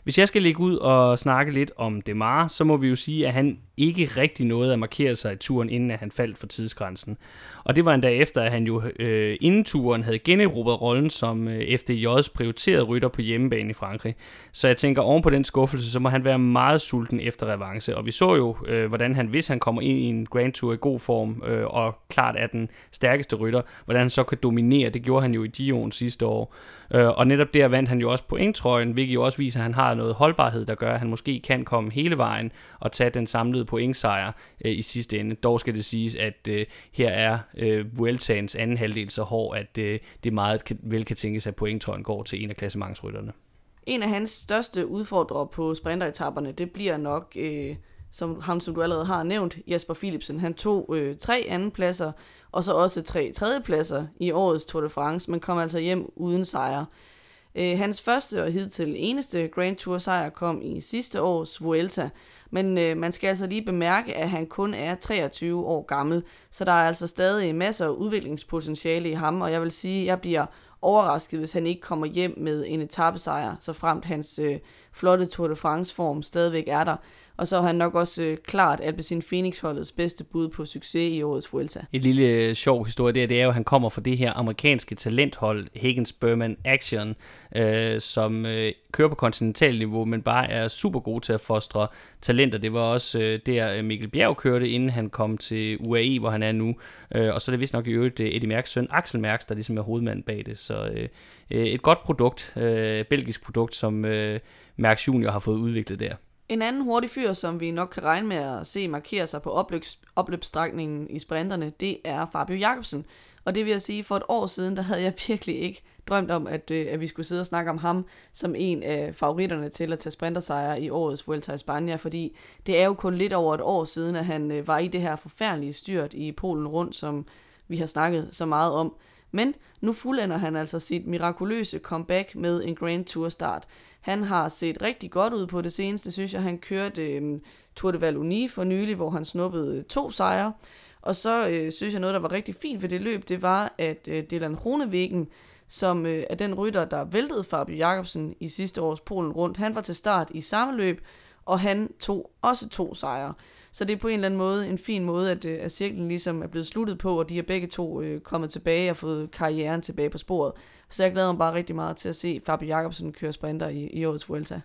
Hvis jeg skal lægge ud og snakke lidt om Démare, så må vi jo sige, at han ikke rigtig nåede at markere sig i turen, inden at han faldt for tidsgrænsen. Og det var endda efter, at han jo øh, inden turen havde generobret rollen som øh, F D J's prioriterede rytter på hjemmebane i Frankrig. Så jeg tænker, oven på den skuffelse, så må han være meget sulten efter revanche. Og vi så jo, øh, hvordan han, hvis han kommer ind i en Grand Tour i god form, øh, og klart er den stærkeste rytter, hvordan han så kan dominere. Det gjorde han jo i Dijon sidste år. Øh, og netop der vandt han jo også pointtrøjen, hvilket jo også viser, at han har noget holdbarhed, der gør, at han måske kan komme hele vejen og tage den samlede pointsejr øh, i sidste ende. Dog skal det siges, at øh, her er øh, Vueltaens anden halvdel så hård, at øh, det meget kan, vel kan tænkes, at pointtrøjen går til en af klassementsrytterne. En af hans største udfordrere på sprinteretapperne, det bliver nok, øh, som ham som du allerede har nævnt, Jasper Philipsen. Han tog øh, tre andenpladser, og så også tre tredjepladser i årets Tour de France, men kom altså hjem uden sejr. Øh, hans første og hidtil eneste Grand Tour sejr kom i sidste års Vuelta, men øh, man skal altså lige bemærke, at han kun er treogtyve år gammel, så der er altså stadig masser af udviklingspotentiale i ham, og jeg vil sige, at jeg bliver overrasket, hvis han ikke kommer hjem med en etapesejr, så fremt hans øh, flotte Tour de France-form stadigvæk er der. Og så er han nok også øh, klart Alpecin Phoenix-holdets bedste bud på succes i årets Vuelta. En lille øh, sjov historie der, det er jo, at han kommer fra det her amerikanske talenthold, Hagens Berman Action, øh, som øh, kører på kontinentalniveau, men bare er super god til at fostre talenter. Det var også øh, der Mikkel Bjerg kørte, inden han kom til U A E, hvor han er nu. Øh, og så er det vist nok i øvrigt Eddie Merckx søn, Axel Merckx, der ligesom er hovedmand bag det. Så øh, et godt produkt, øh, belgisk produkt, som øh, Merckx junior har fået udviklet der. En anden hurtig fyr, som vi nok kan regne med at se markere sig på opløbs, opløbsstrækningen i sprinterne, det er Fabio Jakobsen. Og det vil jeg sige, for et år siden, der havde jeg virkelig ikke drømt om, at, øh, at vi skulle sidde og snakke om ham som en af favoritterne til at tage sprintersejre i årets Vuelta i Spanien, fordi det er jo kun lidt over et år siden, at han øh, var i det her forfærdelige styrt i Polen rundt, som vi har snakket så meget om. Men nu fuldender han altså sit mirakuløse comeback med en Grand Tour start. Han har set rigtig godt ud på det seneste, synes jeg. Han kørte øh, Tour de Wallonie for nylig, hvor han snuppede to sejre. Og så øh, synes jeg noget, der var rigtig fint ved det løb, det var, at øh, Dylan Groenewegen, som øh, er den rytter, der væltede Fabio Jakobsen i sidste års Polen rundt, han var til start i samme løb, og han tog også to sejre. Så det er på en eller anden måde en fin måde, at, at cirklen ligesom er blevet sluttet på, og de er begge to øh, kommet tilbage og fået karrieren tilbage på sporet. Så jeg glæder mig bare rigtig meget til at se Fabio Jakobsen køre sprinter i, i årets Vuelta.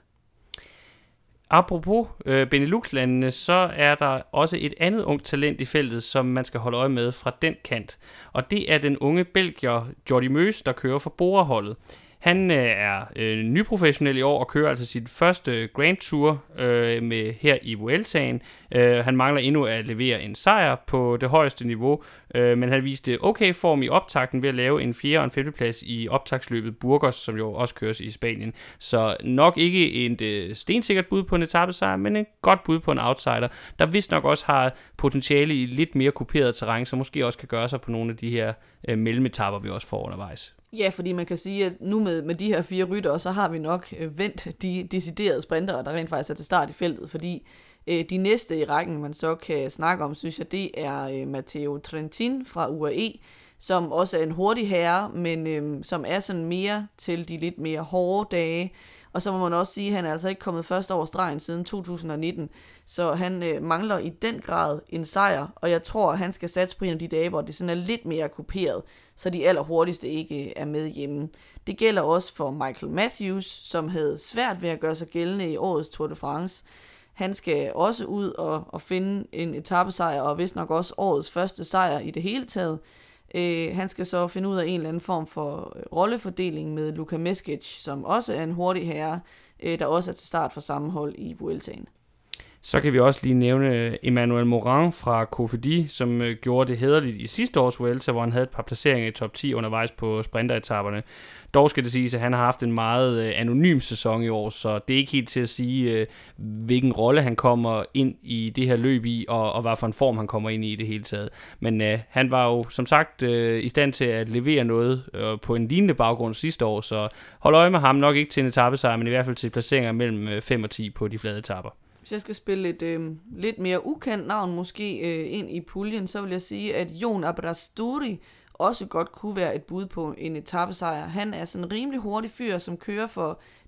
Apropos øh, Benelux-landene, så er der også et andet ungt talent i feltet, som man skal holde øje med fra den kant. Og det er den unge belgier Jordi Meus, der kører for Bora-holdet. Han øh, er øh, nyprofessionel i år og kører altså sit første Grand Tour øh, med her i Vueltaen. Øh, han mangler endnu at levere en sejr på det højeste niveau, øh, men han viste okay form i optakten ved at lave en fjerde og en femte plads i optaktsløbet Burgos, som jo også køres i Spanien. Så nok ikke en øh, stensikkert bud på en etapesejr, men et godt bud på en outsider, der vist nok også har potentiale i lidt mere kuperet terræn, så måske også kan gøre sig på nogle af de her øh, mellemetapper, vi også får undervejs. Ja, fordi man kan sige, at nu med, med de her fire ryttere, så har vi nok øh, vendt de deciderede sprintere, der rent faktisk er til start i feltet, fordi øh, de næste i rækken, man så kan snakke om, synes jeg, det er øh, Matteo Trentin fra U A E, som også er en hurtig herre, men øh, som er sådan mere til de lidt mere hårde dage. Og så må man også sige, at han er altså ikke kommet først over stregen siden to tusind nitten, så han øh, mangler i den grad en sejr, og jeg tror, at han skal satse på en af de dage, hvor det sådan er lidt mere kuperet, så de allerhurtigste ikke er med hjemme. Det gælder også for Michael Matthews, som havde svært ved at gøre sig gældende i årets Tour de France. Han skal også ud og, og finde en etapesejr, og vist nok også årets første sejr i det hele taget. Øh, han skal så finde ud af en eller anden form for rollefordeling med Luka Meskic, som også er en hurtig herre, øh, der også er til start for samme hold i Vueltaen. Så kan vi også lige nævne Emmanuel Morin fra Cofidis, som øh, gjorde det hæderligt i sidste års Vuelta, hvor han havde et par placeringer i top ti undervejs på sprinteretaperne. Dog skal det siges, at han har haft en meget øh, anonym sæson i år, så det er ikke helt til at sige, øh, hvilken rolle han kommer ind i det her løb i, og, og hvad for en form han kommer ind i i det hele taget. Men øh, han var jo som sagt øh, i stand til at levere noget øh, på en lignende baggrund sidste år, så hold øje med ham, nok ikke til en etapesejr, men i hvert fald til placeringer mellem fem og ti på de flade etapper. Hvis jeg skal spille et øh, lidt mere ukendt navn måske øh, ind i puljen, så vil jeg sige, at Jon Abrasturi også godt kunne være et bud på en etapesejr. Han er sådan en rimelig hurtig fyr, som kører for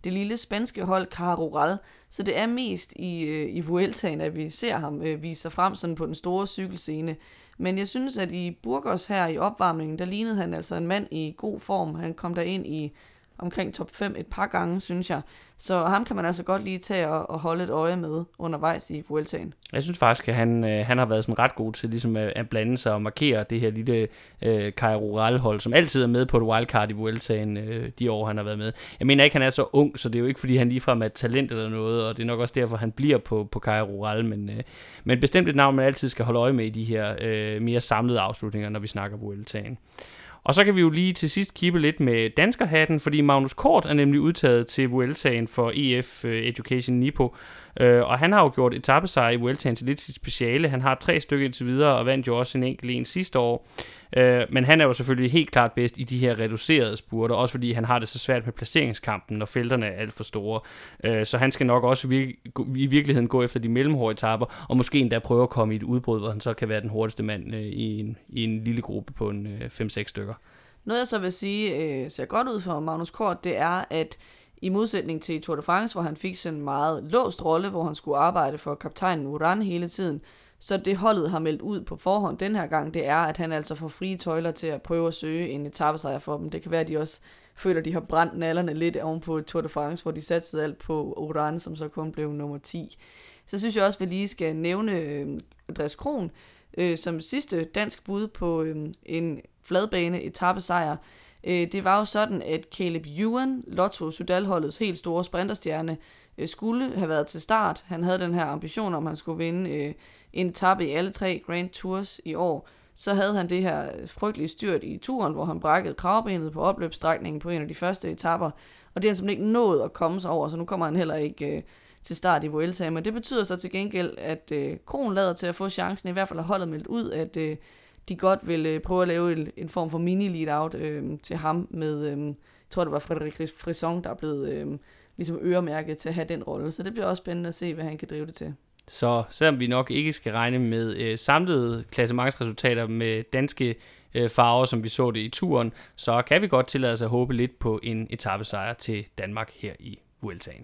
det lille spanske hold Caja-Rural. Så det er mest i, øh, i Vueltaen, at vi ser ham øh, vise sig frem sådan på den store cykelscene. Men jeg synes, at i Burgos her i opvarmningen, der lignede han altså en mand i god form. Han kom der ind i omkring top fem et par gange, synes jeg. Så ham kan man altså godt lige tage og, og holde et øje med undervejs i Vueltaen. Jeg synes faktisk, at han, øh, han har været sådan ret god til ligesom at, at blande sig og markere det her lille øh, Caja-Rural-hold, som altid er med på et wildcard i Vueltaen øh, de år, han har været med. Jeg mener ikke, han er så ung, så det er jo ikke, fordi han ligefrem er et talent eller noget, og det er nok også derfor, han bliver på, på Caja-Rural, men, øh, men bestemt et navn, man altid skal holde øje med i de her øh, mere samlede afslutninger, når vi snakker Vueltaen. Og så kan vi jo lige til sidst kippe lidt med danskerhatten, fordi Magnus Kort er nemlig udtaget til Vueltaen for E F Education Nipo. Og han har jo gjort etapesejr i Vueltaen til lidt sit speciale. Han har tre stykker indtil videre og vandt jo også en enkelt en sidste år. Men han er jo selvfølgelig helt klart bedst i de her reducerede spurter, også fordi han har det så svært med placeringskampen, når felterne er alt for store. Så han skal nok også i virkeligheden gå efter de mellemhårde etaper, og måske endda prøve at komme i et udbrud, hvor han så kan være den hurtigste mand i en, i en lille gruppe på en fem seks stykker. Noget jeg så vil sige ser godt ud for Magnus Kort, det er, at i modsætning til Tour de France, hvor han fik sådan en meget låst rolle, hvor han skulle arbejde for kaptajnen Uran hele tiden, så det holdet har meldt ud på forhånd den her gang, det er, at han altså får frie tøjler til at prøve at søge en etapesejr for dem. Det kan være, at de også føler, at de har brændt nallerne lidt oven på Tour de France, hvor de satte alt på Uran, som så kun blev nummer ti. Så synes jeg også, at vi lige skal nævne øh, Andreas Kron, øh, som sidste dansk bud på øh, en fladbane etapesejr. Det var jo sådan, at Caleb Ewan, Lotto Sudal-holdets helt store sprinterstjerne, skulle have været til start. Han havde den her ambition om, at han skulle vinde en etape i alle tre Grand Tours i år. Så havde han det her frygtelige styrt i turen, hvor han brækkede kravbenet på opløbsstrækningen på en af de første etaper. Og det har han simpelthen ikke nået at komme sig over, så nu kommer han heller ikke til start i Vueltaen. Men det betyder så til gengæld, at Kron lader til at få chancen, i hvert fald har holdet meldt ud, at de godt vil øh, prøve at lave en, en form for mini-lead-out øh, til ham med, øh, jeg tror det var Frédéric Frisson, der er blevet øh, ligesom øremærket til at have den rolle. Så det bliver også spændende at se, hvad han kan drive det til. Så selvom vi nok ikke skal regne med øh, samlede klassementsresultater med danske øh, farver, som vi så det i turen, så kan vi godt tillade os at håbe lidt på en etapesejr til Danmark her i Vueltaen.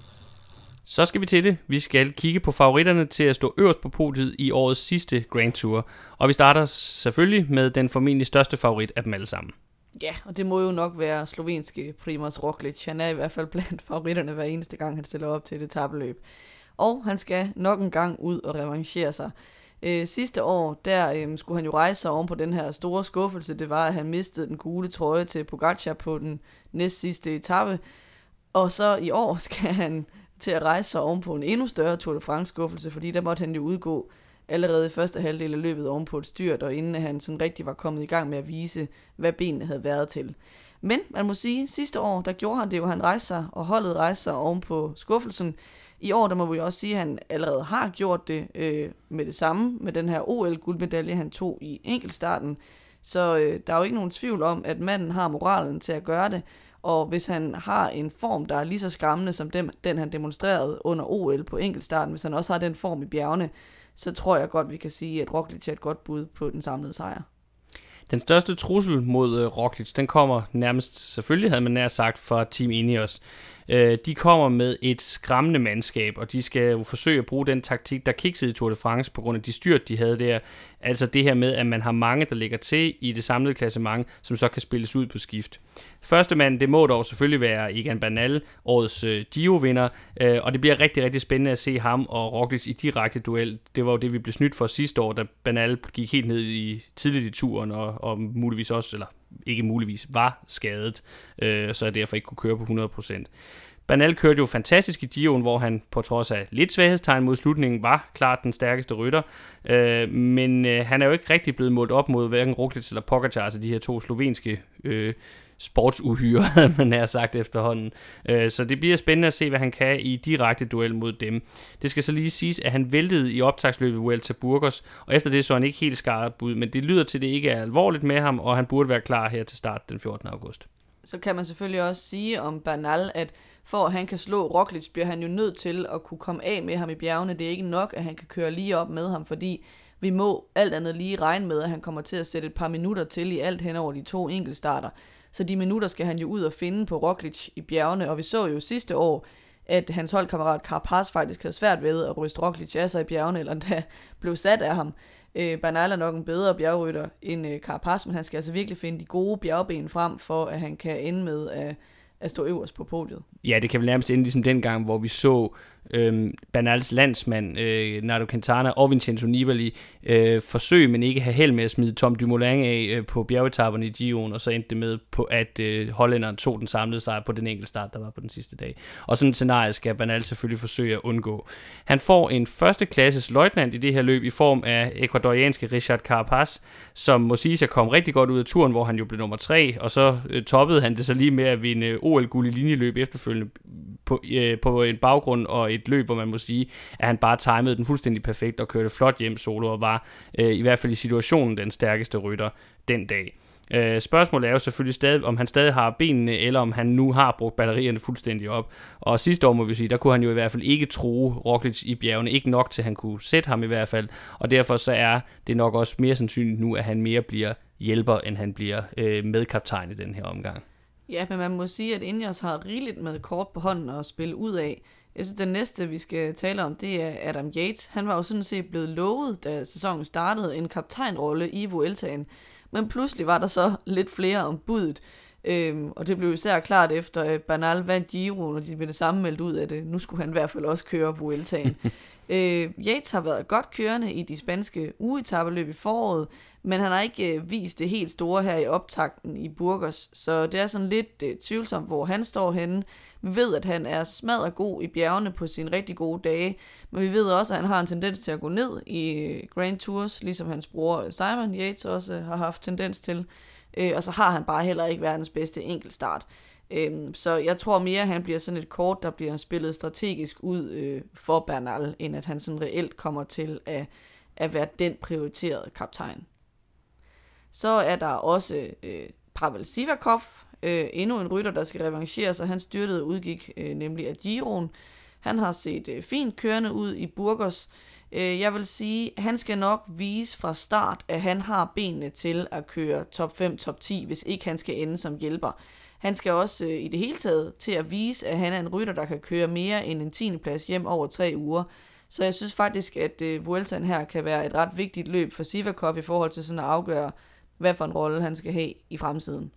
Så skal vi til det. Vi skal kigge på favoritterne til at stå øverst på podiet i årets sidste Grand Tour. Og vi starter selvfølgelig med den formentlig største favorit af dem alle sammen. Ja, og det må jo nok være slovenske Primož Roglič. Han er i hvert fald blandt favoritterne hver eneste gang, han stiller op til et etapeløb. Og han skal nok en gang ud og revanchere sig. Øh, sidste år, der øh, skulle han jo rejse sig oven på den her store skuffelse. Det var, at han mistede den gule trøje til Pogačar på den næst sidste etape. Og så i år skal han til at rejse sig oven på en endnu større Tour de France-skuffelse, fordi der måtte han jo udgå allerede i første halvdel af løbet oven på et styrt, og inden han sådan rigtig var kommet i gang med at vise, hvad benene havde været til. Men man må sige, sidste år, der gjorde han det jo, han rejste sig, og holdet rejste sig oven på skuffelsen. I år, der må vi også sige, at han allerede har gjort det øh, med det samme, med den her O L-guldmedalje, han tog i enkeltstarten. Så øh, der er jo ikke nogen tvivl om, at manden har moralen til at gøre det, og hvis han har en form, der er lige så skræmmende som den, den han demonstrerede under O L på enkeltstarten, hvis han også har den form i bjergene, så tror jeg godt, vi kan sige, at Roglič er et godt bud på den samlede sejr. Den største trussel mod uh, Roglič, den kommer nærmest, selvfølgelig havde man nær sagt, fra Team Ineos. Uh, de kommer med et skræmmende mandskab, og de skal jo forsøge at bruge den taktik, der kiksede i Tour de France, på grund af de styrt, de havde der. Altså det her med, at man har mange, der ligger til i det samlede klassement, som så kan spilles ud på skift. Første mand, det må dog selvfølgelig være Egan Bernal, årets uh, Giro-vinder, uh, og det bliver rigtig, rigtig spændende at se ham og Roglič i direkte duel. Det var jo det, vi blev snydt for sidste år, da Bernal gik helt ned i tidligt i turen, og, og muligvis også, eller ikke muligvis, var skadet, uh, så jeg derfor ikke kunne køre på hundrede procent. Bernal kørte jo fantastisk i Giroen, hvor han på trods af lidt svaghedstegn mod slutningen var klart den stærkeste rytter. Øh, men øh, han er jo ikke rigtig blevet målt op mod hverken Roglič eller Pogačar, altså de her to slovenske øh, sportsuhyre, havde man nær sagt efterhånden. Øh, så det bliver spændende at se, hvad han kan i direkte duel mod dem. Det skal så lige siges, at han væltede i optagsløbet Vuelta Burgos, og efter det så han ikke helt skarp ud, men det lyder til, at det ikke er alvorligt med ham, og han burde være klar her til start den fjortende august. Så kan man selvfølgelig også sige om Bernal, at for at han kan slå Roglič, bliver han jo nødt til at kunne komme af med ham i bjergene. Det er ikke nok, at han kan køre lige op med ham, fordi vi må alt andet lige regne med, at han kommer til at sætte et par minutter til i alt hen over de to enkeltstarter. Så de minutter skal han jo ud og finde på Roglic i bjergene, og vi så jo sidste år, at hans holdkammerat Carapaz faktisk havde svært ved at ryste Roglic af sig i bjergene, eller endda blev sat af ham. Øh, Bernal er nok en bedre bjergrytter end øh, Carapaz, men han skal altså virkelig finde de gode bjergben frem, for at han kan ende med at, at stå øverst på podiet. Ja, det kan vel nærmest ende ligesom dengang, hvor vi så øh, Bernals landsmand, øh, Nairo Quintana og Vincenzo Nibali, øh, forsøge, men ikke have held med at smide Tom Dumoulin af øh, på bjergetapperne i Giroen, og så endte det med, på, at øh, hollænderen tog den samlede sejr på den enkelte start, der var på den sidste dag. Og sådan et scenarie skal Bernal selvfølgelig forsøge at undgå. Han får en førsteklasses løjtnant i det her løb i form af ekvadorianske Richard Carapaz, som må siges at komme rigtig godt ud af turen, hvor han jo blev nummer tre, og så øh, toppede han det så lige med at vinde O L-guld i linjeløb efterfølgende på, øh, på en baggrund og et løb, hvor man må sige, at han bare timede den fuldstændig perfekt og kørte flot hjem solo og var øh, i hvert fald i situationen den stærkeste rytter den dag. Øh, spørgsmålet er jo selvfølgelig stadig, om han stadig har benene, eller om han nu har brugt batterierne fuldstændig op. Og sidste år må vi sige, der kunne han jo i hvert fald ikke true Roglic i bjergene, ikke nok til at han kunne sætte ham i hvert fald, og derfor så er det nok også mere sandsynligt nu, at han mere bliver hjælper, end han bliver øh, medkaptajn i den her omgang. Ja, men man må sige, at Ineos har rigeligt med kort på hånden at spille ud af. Jeg synes, den næste, vi skal tale om, det er Adam Yates. Han var jo sådan set blevet lovet, da sæsonen startede, en kaptajnrolle i Vueltaen. Men pludselig var der så lidt flere om budet. Øhm, og det blev især klart efter, at Bernal vandt Giroen, og de blev det samme meldt ud af det. Nu skulle han i hvert fald også køre Vueltaen. øh, Yates har været godt kørende i de spanske ugeetappeløb i foråret, men han har ikke øh, vist det helt store her i optakten i Burgos, så det er sådan lidt øh, tvivlsomt, hvor han står henne. Vi ved, at han er smadret god i bjergene på sine rigtig gode dage, men vi ved også, at han har en tendens til at gå ned i Grand Tours, ligesom hans bror Simon Yates også har haft tendens til. Øh, og så har han bare heller ikke verdens bedste enkeltstart. Øh, så jeg tror mere, at han bliver sådan et kort, der bliver spillet strategisk ud øh, for Bernal, end at han sådan reelt kommer til at, at være den prioriterede kaptajn. Så er der også øh, Pavel Sivakov, øh, endnu en rytter, der skal revanchere sig. Han styrtede og udgik øh, nemlig af Giroen. Han har set øh, fint kørende ud i Burgos. Øh, jeg vil sige, han skal nok vise fra start, at han har benene til at køre top fem, top ti, hvis ikke han skal ende som hjælper. Han skal også øh, i det hele taget til at vise, at han er en rytter, der kan køre mere end en tiende plads hjem over tre uger. Så jeg synes faktisk, at øh, Vueltaen her kan være et ret vigtigt løb for Sivakov i forhold til sådan at afgøre, hvad for en rolle han skal have i fremtiden.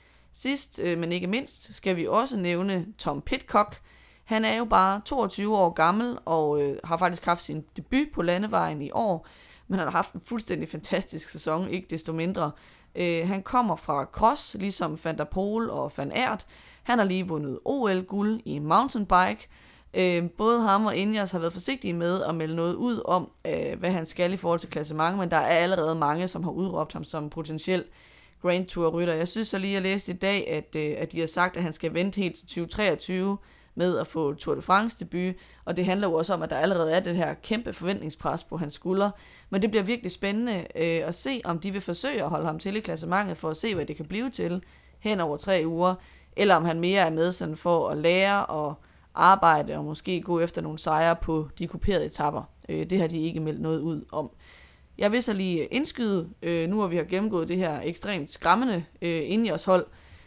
Sidst, øh, men ikke mindst, skal vi også nævne Tom Pidcock. Han er jo bare toogtyve år gammel og øh, har faktisk haft sin debut på landevejen i år, men han har haft en fuldstændig fantastisk sæson, ikke desto mindre. Øh, han kommer fra cross, ligesom Van der Poel og Van Aert. Han har lige vundet O L-guld i mountainbike. Øh, både ham og Ineos har været forsigtige med at melde noget ud om, øh, hvad han skal i forhold til klassement, men der er allerede mange, som har udråbt ham som potentiel Grand Tour-rytter. Jeg synes så lige, at jeg læste i dag, at, øh, at de har sagt, at han skal vente helt til tyve treogtyve med at få Tour de France debut, og det handler jo også om, at der allerede er det her kæmpe forventningspres på hans skuldre. Men det bliver virkelig spændende øh, at se, om de vil forsøge at holde ham til i klassementet, for at se, hvad det kan blive til hen over tre uger, eller om han mere er med sådan for at lære og arbejde og måske gå efter nogle sejre på de kuperede etapper. Øh, det har de ikke meldt noget ud om. Jeg vil så lige indskyde, øh, nu hvor vi har gennemgået det her ekstremt skræmmende øh, Ineos hold,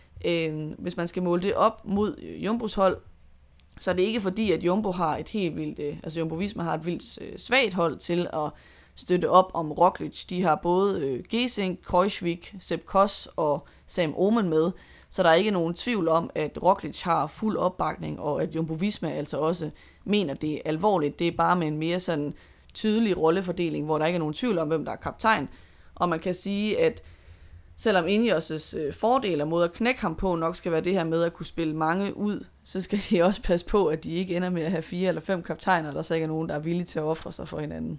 øh, hvis man skal måle det op mod øh, Jumbos hold, så er det ikke fordi, at Jumbo har et helt vildt, øh, altså Jumbo Visma har et vildt øh, svagt hold til at støtte op om Roglic. De har både øh, Gesink, Kruijswijk, Sepp Kuss og Sam Oomen med, så der er ikke nogen tvivl om, at Roglic har fuld opbakning, og at Jumbo Visma altså også mener det er alvorligt. Det er bare med en mere sådan tydelig rollefordeling, hvor der ikke er nogen tvivl om, hvem der er kaptajn. Og man kan sige, at selvom Ineos' øh, fordele mod at knække ham på nok skal være det her med at kunne spille mange ud, så skal de også passe på, at de ikke ender med at have fire eller fem kaptajner, og der så ikke er nogen, der er villige til at ofre sig for hinanden.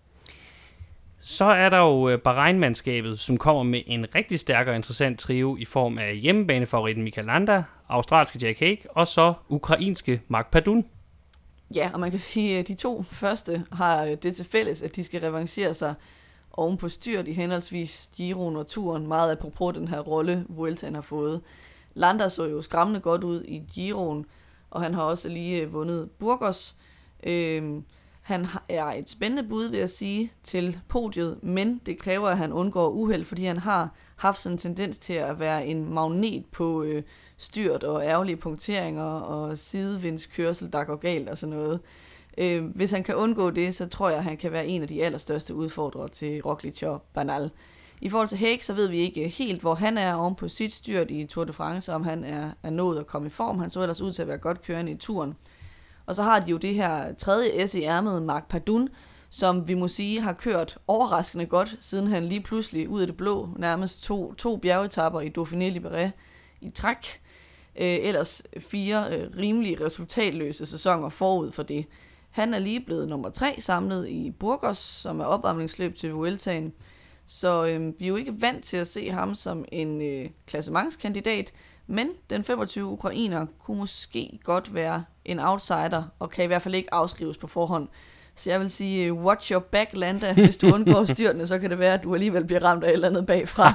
Så er der jo Bahrain-mandskabet, som kommer med en rigtig stærk og interessant trio i form af hjemmebanefavoritten Mikel Landa, australske Jack Haig og så ukrainske Mark Padun. Ja, og man kan sige, at de to første har det til fælles, at de skal revancere sig oven på styrt i henholdsvis Giroen og Turen, meget apropos den her rolle, Vueltaen har fået. Landa så jo skræmmende godt ud i Giroen, og han har også lige vundet Burgos. Øhm, Han er et spændende bud, vil jeg sige, til podiet, men det kræver, at han undgår uheld, fordi han har haft sådan en tendens til at være en magnet på øh, styrt og ærgerlige punkteringer og sidevindskørsel, der går galt og sådan noget. Øh, hvis han kan undgå det, så tror jeg, at han kan være en af de allerstørste udfordrere til Roglic og Bernal. I forhold til Haig, så ved vi ikke helt, hvor han er oven på sit styrt i Tour de France, om han er, er nået at komme i form. Han så ellers ud til at være godt kørende i turen. Og så har de jo det her tredje S i ærmet, Marc Padun, som vi må sige har kørt overraskende godt, siden han lige pludselig ud af det blå nærmest to, to bjergetapper i Dauphiné-Libéré i træk. Øh, ellers fire øh, rimelig resultatløse sæsoner forud for det. Han er lige blevet nummer tre samlet i Burgos, som er opvarmningsløb til Vueltaen. Så øh, vi er jo ikke vant til at se ham som en øh, klassementskandidat, men den femogtyve ukrainer kunne måske godt være en outsider, og kan i hvert fald ikke afskrives på forhånd. Så jeg vil sige, watch your back, Landa. Hvis du undgår styrtene, så kan det være, at du alligevel bliver ramt af et eller andet bagfra.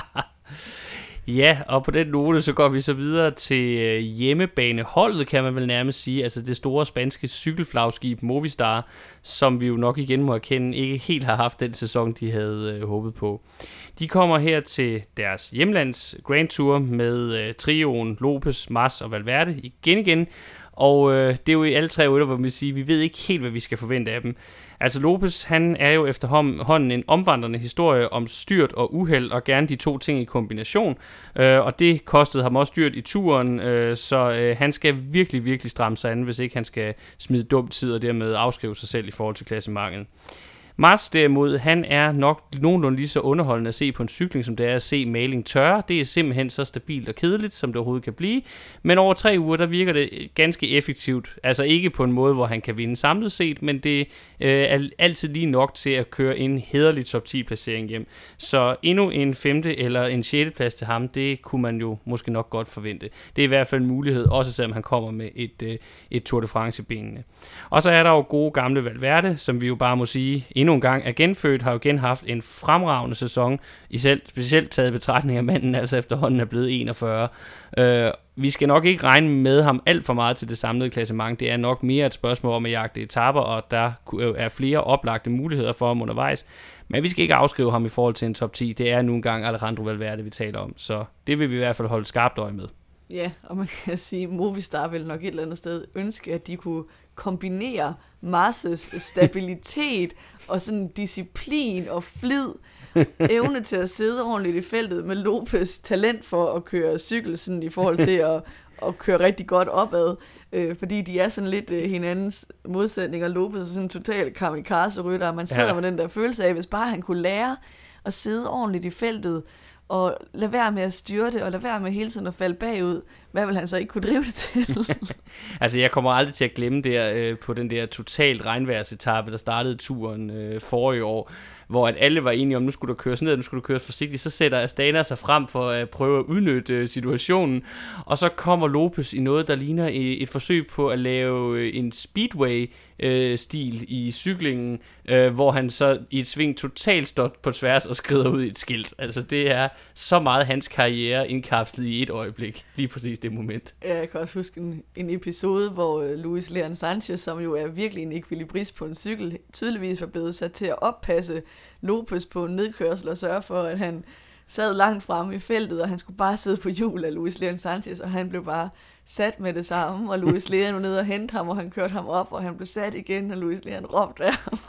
Ja, og på den note, så går vi så videre til hjemmebaneholdet, kan man vel nærmest sige. Altså det store spanske cykelflagskib Movistar, som vi jo nok igen må erkende, ikke helt har haft den sæson, de havde øh, håbet på. De kommer her til deres hjemlands Grand Tour med øh, trioen Lopez, Mas og Valverde igen igen. Og øh, det er jo i alle tre øjne, hvor vi siger, vi ved ikke helt, hvad vi skal forvente af dem. Altså Lopez, han er jo efterhånden en omvandrende historie om styrt og uheld, og gerne de to ting i kombination. Øh, og det kostede ham også dyrt i turen, øh, så øh, han skal virkelig, virkelig stramme sig an, hvis ikke han skal smide dum tid og dermed afskrive sig selv i forhold til klassementet. Mars derimod, han er nok nogenlunde lige så underholdende at se på en cykling, som det er at se maling tørre. Det er simpelthen så stabilt og kedeligt, som det overhovedet kan blive. Men over tre uger, der virker det ganske effektivt. Altså ikke på en måde, hvor han kan vinde samlet set, men det øh, er altid lige nok til at køre en hæderlig top ti placering hjem. Så endnu en femte eller en sjette plads til ham, det kunne man jo måske nok godt forvente. Det er i hvert fald en mulighed, også selvom han kommer med et, øh, et Tour de France i benene. Og så er der jo gode gamle Valverde, som vi jo bare må sige endnu en gang er genfødt, har jo igen haft en fremragende sæson, i selv, specielt taget betragtning af manden, altså efterhånden er blevet enogfyrre. Øh, vi skal nok ikke regne med ham alt for meget til det samlede klassement. Det er nok mere et spørgsmål om at jagte etaper, og der er flere oplagte muligheder for ham undervejs. Men vi skal ikke afskrive ham i forhold til en top ti. Det er nu engang Alejandro Valverde, vi taler om. Så det vil vi i hvert fald holde skarpt øje med. Ja, og man kan sige, at Movistar vil nok et eller andet sted ønske, at de kunne kombinere Mars' stabilitet og sådan disciplin og flid, evne til at sidde ordentligt i feltet med Lopez' talent for at køre cykel sådan i forhold til at, at køre rigtig godt opad, øh, fordi de er sådan lidt øh, hinandens modsætninger. Lopez er sådan en total kamikaze-rytter, og man sidder ja. med den der følelse af, hvis bare han kunne lære at sidde ordentligt i feltet, og lade være med at styre det, og lade være med hele tiden at falde bagud, hvad vil han så ikke kunne drive det til? Altså, jeg kommer aldrig til at glemme der øh, på den der totalt regnværsetappe, der startede turen øh, forrige år, hvor at alle var enige om, nu skulle der køres ned, nu skulle der køres forsigtigt, så sætter Astana sig frem for at prøve at udnytte øh, situationen, og så kommer Lopez i noget, der ligner et, et forsøg på at lave en speedway-stil i cyklingen, øh, hvor han så i et sving totalt står på tværs og skrider ud i et skilt. Altså, det er så meget hans karriere indkapslet i et øjeblik, lige præcis det moment. Jeg kan også huske en, en episode, hvor uh, Luis Leon Sanchez, som jo er virkelig en ekvilibrist på en cykel, tydeligvis var blevet sat til at oppasse Lopez på en nedkørsel og sørge for, at han sad langt fremme i feltet, og han skulle bare sidde på hjul af Luis Leon Sanchez, og han blev bare sat med det samme, og Luis Leon var nede og hente ham, og han kørte ham op, og han blev sat igen, og Luis Leon råbte af ham.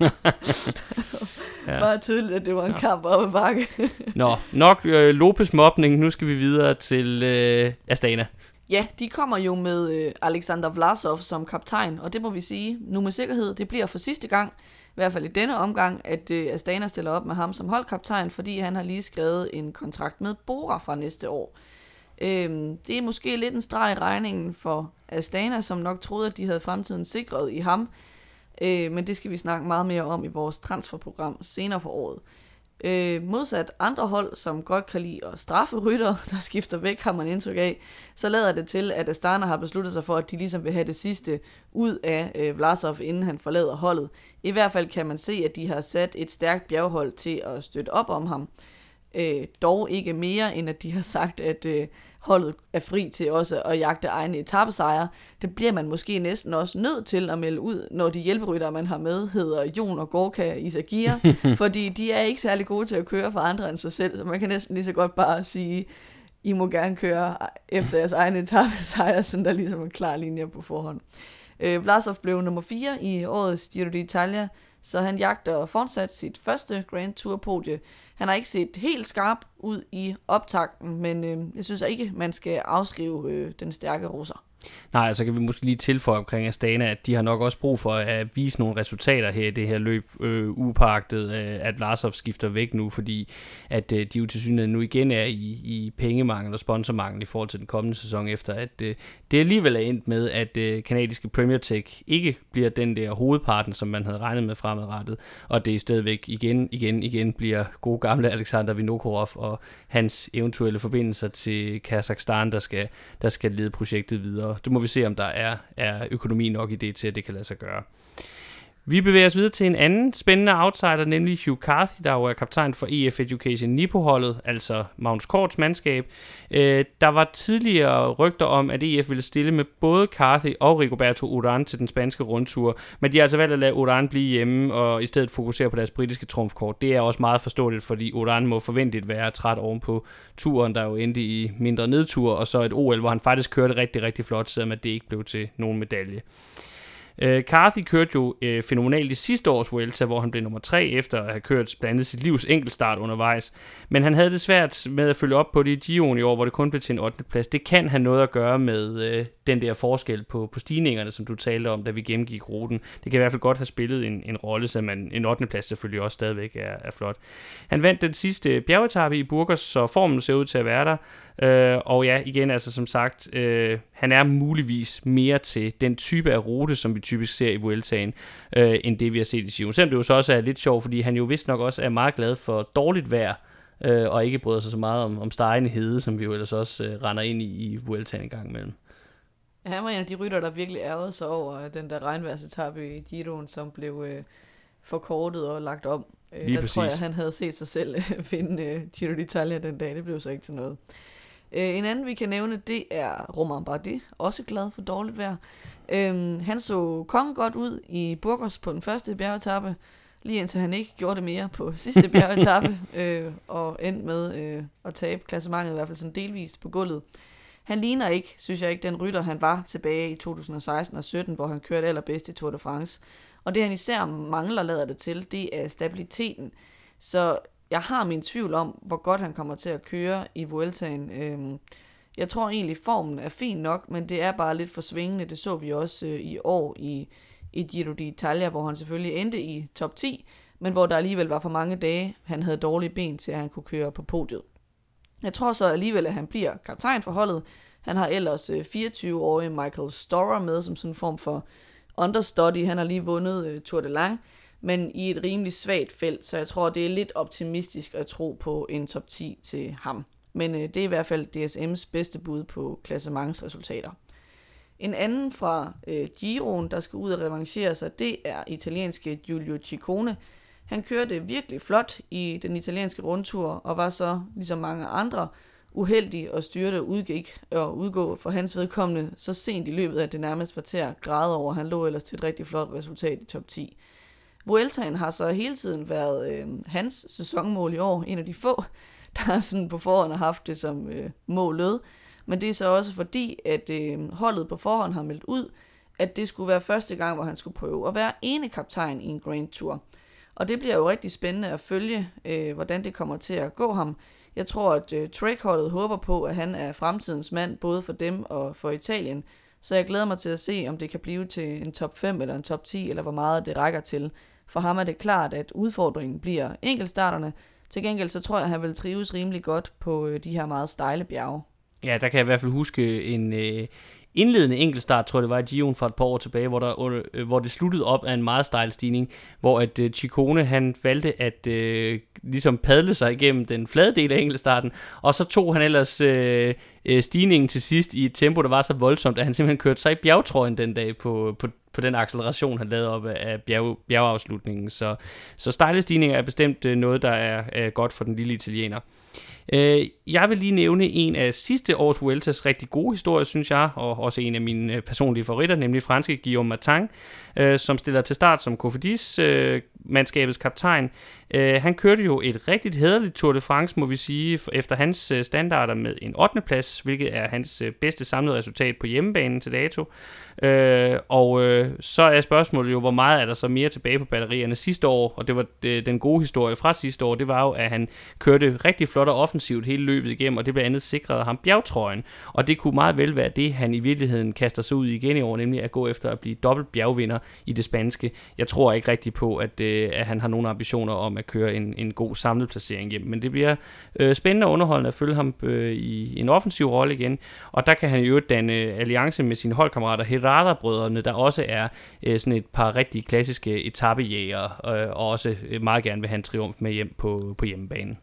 Ja. Bare tydeligt, at det var en ja. kamp op ad bakke. Nå, nok øh, Lopez-mobning. Nu skal vi videre til øh, Astana. Ja, de kommer jo med øh, Alexander Vlasov som kaptajn, og det må vi sige nu med sikkerhed, det bliver for sidste gang, i hvert fald i denne omgang, at øh, Astana stiller op med ham som holdkaptajn, fordi han har lige skrevet en kontrakt med Bora fra næste år. Øhm, det er måske lidt en streg i regningen for Astana, som nok troede, at de havde fremtiden sikret i ham, øh, men det skal vi snakke meget mere om i vores transferprogram senere på året. Øh, modsat andre hold, som godt kan lide at straffe rytter, der skifter væk, har man indtryk af, så lader det til, at Astana har besluttet sig for, at de ligesom vil have det sidste ud af øh, Vlasov, inden han forlader holdet. I hvert fald kan man se, at de har sat et stærkt bjerghold til at støtte op om ham. Øh, dog ikke mere, end at de har sagt, at øh, holdet er fri til også at jagte egne etapesejre. Det bliver man måske næsten også nødt til at melde ud, når de hjælperyttere, man har med, hedder Jon og Gorka Izagirre, fordi de er ikke særlig gode til at køre for andre end sig selv, så man kan næsten lige så godt bare sige, I må gerne køre efter jeres egne etapesejre, så der ligesom er klar linje på forhånd. Øh, Vlasov blev nummer fire i årets Giro d'Italia, så han jagter fortsat sit første Grand Tour-podie. Han har ikke set helt skarp ud i optakten, men øh, jeg synes ikke, man skal afskrive øh, den stærke russer. Nej, altså kan vi måske lige tilføje omkring Astana, at de har nok også brug for at vise nogle resultater her i det her løb, øh, upagtet, øh, at Vlasov skifter væk nu, fordi at øh, de jo til synligheden nu igen er i, i pengemangel og sponsormangel i forhold til den kommende sæson, efter at øh, det alligevel er endt med, at øh, kanadiske Premier Tech ikke bliver den der hovedparten, som man havde regnet med fremadrettet, og det i stedet igen, igen, igen bliver gode gamle Alexander Vinokurov og hans eventuelle forbindelser til Kazakhstan, der skal, der skal lede projektet videre. Det må vi se, om der er, er økonomi nok i det til, at det kan lade sig gøre. Vi bevæger os videre til en anden spændende outsider, nemlig Hugh Carthy, der jo er kaptajn for E F Education Nippo-holdet, altså Magnus Korts mandskab. Øh, der var tidligere rygter om, at E F ville stille med både Carthy og Rigoberto Urán til den spanske rundtur, men de har altså valgt at lade Urán blive hjemme og i stedet fokusere på deres britiske trumfkort. Det er også meget forståeligt, fordi Urán må forventeligt være træt oven på turen, der jo endte i mindre nedtur, og så et O L, hvor han faktisk kørte rigtig, rigtig flot, selvom at det ikke blev til nogen medalje. Uh, Carthy kørte jo uh, fænomenalt i sidste års Vuelta, hvor han blev nummer tre efter at have kørt blandt andet sit livs enkeltstart undervejs. Men han havde det svært med at følge op på det i Giroen i år, hvor det kun blev til en ottende plads. Det kan have noget at gøre med uh, den der forskel på, på stigningerne, som du talte om, da vi gennemgik ruten. Det kan i hvert fald godt have spillet en, en rolle, så man, en ottende plads selvfølgelig også stadigvæk er, er flot. Han vandt den sidste bjergetape i Burgos, så formen ser ud til at være der. Uh, og ja, igen, altså som sagt, uh, han er muligvis mere til den type af rute, som vi typisk ser i Vueltaen, uh, end det vi har set i Giroen. Selvom det jo så også er lidt sjovt, fordi han jo vist nok også er meget glad for dårligt vejr, uh, og ikke bryder sig så meget om, om stegende hede, som vi jo ellers også uh, render ind i i Vueltaen en gang imellem. Han var en af de rytter, der virkelig ærgede sig over den der regnværsetape i Giroen, som blev uh, forkortet og lagt om. Uh, der præcis. Tror jeg, han havde set sig selv finde uh, Giro d'Italia den dag. Det blev så ikke til noget. En anden, vi kan nævne, det er Romain Bardet, også glad for dårligt vejr. Øhm, han så kongen godt ud i Burgos på den første bjergetape, lige indtil han ikke gjorde det mere på sidste bjergetape, øh, og endte med øh, at tabe klassementet, i hvert fald sådan delvist på gulvet. Han ligner ikke, synes jeg ikke, den rytter, han var tilbage i to tusind og seksten og sytten, hvor han kørte allerbedst i Tour de France. Og det han især mangler, lader det til, det er stabiliteten. Så jeg har min tvivl om, hvor godt han kommer til at køre i Vueltaen. Øhm, jeg tror egentlig, formen er fin nok, men det er bare lidt for svingende. Det så vi også øh, i år i, i Giro d'Italia, hvor han selvfølgelig endte i top ti, men hvor der alligevel var for mange dage, han havde dårlige ben til, at han kunne køre på podiet. Jeg tror så alligevel, at han bliver kaptajn for holdet. Han har ellers øh, fireogtyve-årige Michael Storer med som sådan en form for understudy. Han har lige vundet øh, Tour de Lang, men i et rimelig svagt felt, så jeg tror, det er lidt optimistisk at tro på en top ti til ham. Men øh, det er i hvert fald D S M's bedste bud på klassementsresultater. En anden fra øh, Giroen, der skal ud og revanchere sig, det er italienske Giulio Ciccone. Han kørte virkelig flot i den italienske rundtur, og var så, ligesom mange andre, uheldig og styrte udgik og udgå for hans vedkommende så sent i løbet, at det nærmest var til at græde over. Han lå ellers til et rigtig flot resultat i top ti. Vueltaen har så hele tiden været øh, hans sæsonmål i år, en af de få, der sådan på forhånd har haft det som øh, målet. Men det er så også fordi, at øh, holdet på forhånd har meldt ud, at det skulle være første gang, hvor han skulle prøve at være ene kaptajn i en Grand Tour. Og det bliver jo rigtig spændende at følge, øh, hvordan det kommer til at gå ham. Jeg tror, at øh, Trek-holdet håber på, at han er fremtidens mand, både for dem og for Italien. Så jeg glæder mig til at se, om det kan blive til en top fem eller en top ti, eller hvor meget det rækker til. For ham er det klart, at udfordringen bliver enkeltstarterne. Til gengæld så tror jeg, at han vil trives rimelig godt på øh, de her meget stejle bjerge. Ja, der kan jeg i hvert fald huske en øh, indledende enkeltstart, tror jeg det var i Giroen for et par år tilbage, hvor, der, øh, hvor det sluttede op af en meget stejl stigning, hvor at øh, Ciccone han valgte at øh, ligesom padle sig igennem den flade del af enkeltstarten, og så tog han ellers øh, øh, stigningen til sidst i et tempo, der var så voldsomt, at han simpelthen kørte sig i bjergtrøjen den dag på, på, på den acceleration, han lavede op af bjerg, bjergeafslutningen. Så, så stejle stigninger er bestemt noget, der er, er godt for den lille italiener. Jeg vil lige nævne en af sidste års Vueltas rigtig gode historier, synes jeg, og også en af mine personlige favoritter, nemlig franske Guillaume Martin, som stiller til start som Cofidis-mandskabets kaptajn. Han kørte jo et rigtig hæderligt Tour de France, må vi sige, efter hans standarder med en ottende plads, hvilket er hans bedste samlede resultat på hjemmebanen til dato. Og så er spørgsmålet jo, hvor meget er der så mere tilbage på batterierne sidste år, og det var den gode historie fra sidste år, det var jo, at han kørte rigtig flot og offensivt hele løbet igennem, og det blandt andet sikrede ham bjergtrøjen, og det kunne meget vel være det, han i virkeligheden kaster sig ud igen i år, nemlig at gå efter at blive dobbelt bjergvinder i det spanske. Jeg tror ikke rigtig på, at, at han har nogle ambitioner om at køre en, en god samlet placering hjem, men det bliver øh, spændende og underholdende at følge ham øh, i en offensiv rolle igen, og der kan han jo danne alliance med sine holdkammerater Herrada-brødrene, der også er øh, sådan et par rigtig klassiske etapejægere, øh, og også meget gerne vil have en triumf med hjem på, på hjemmebanen.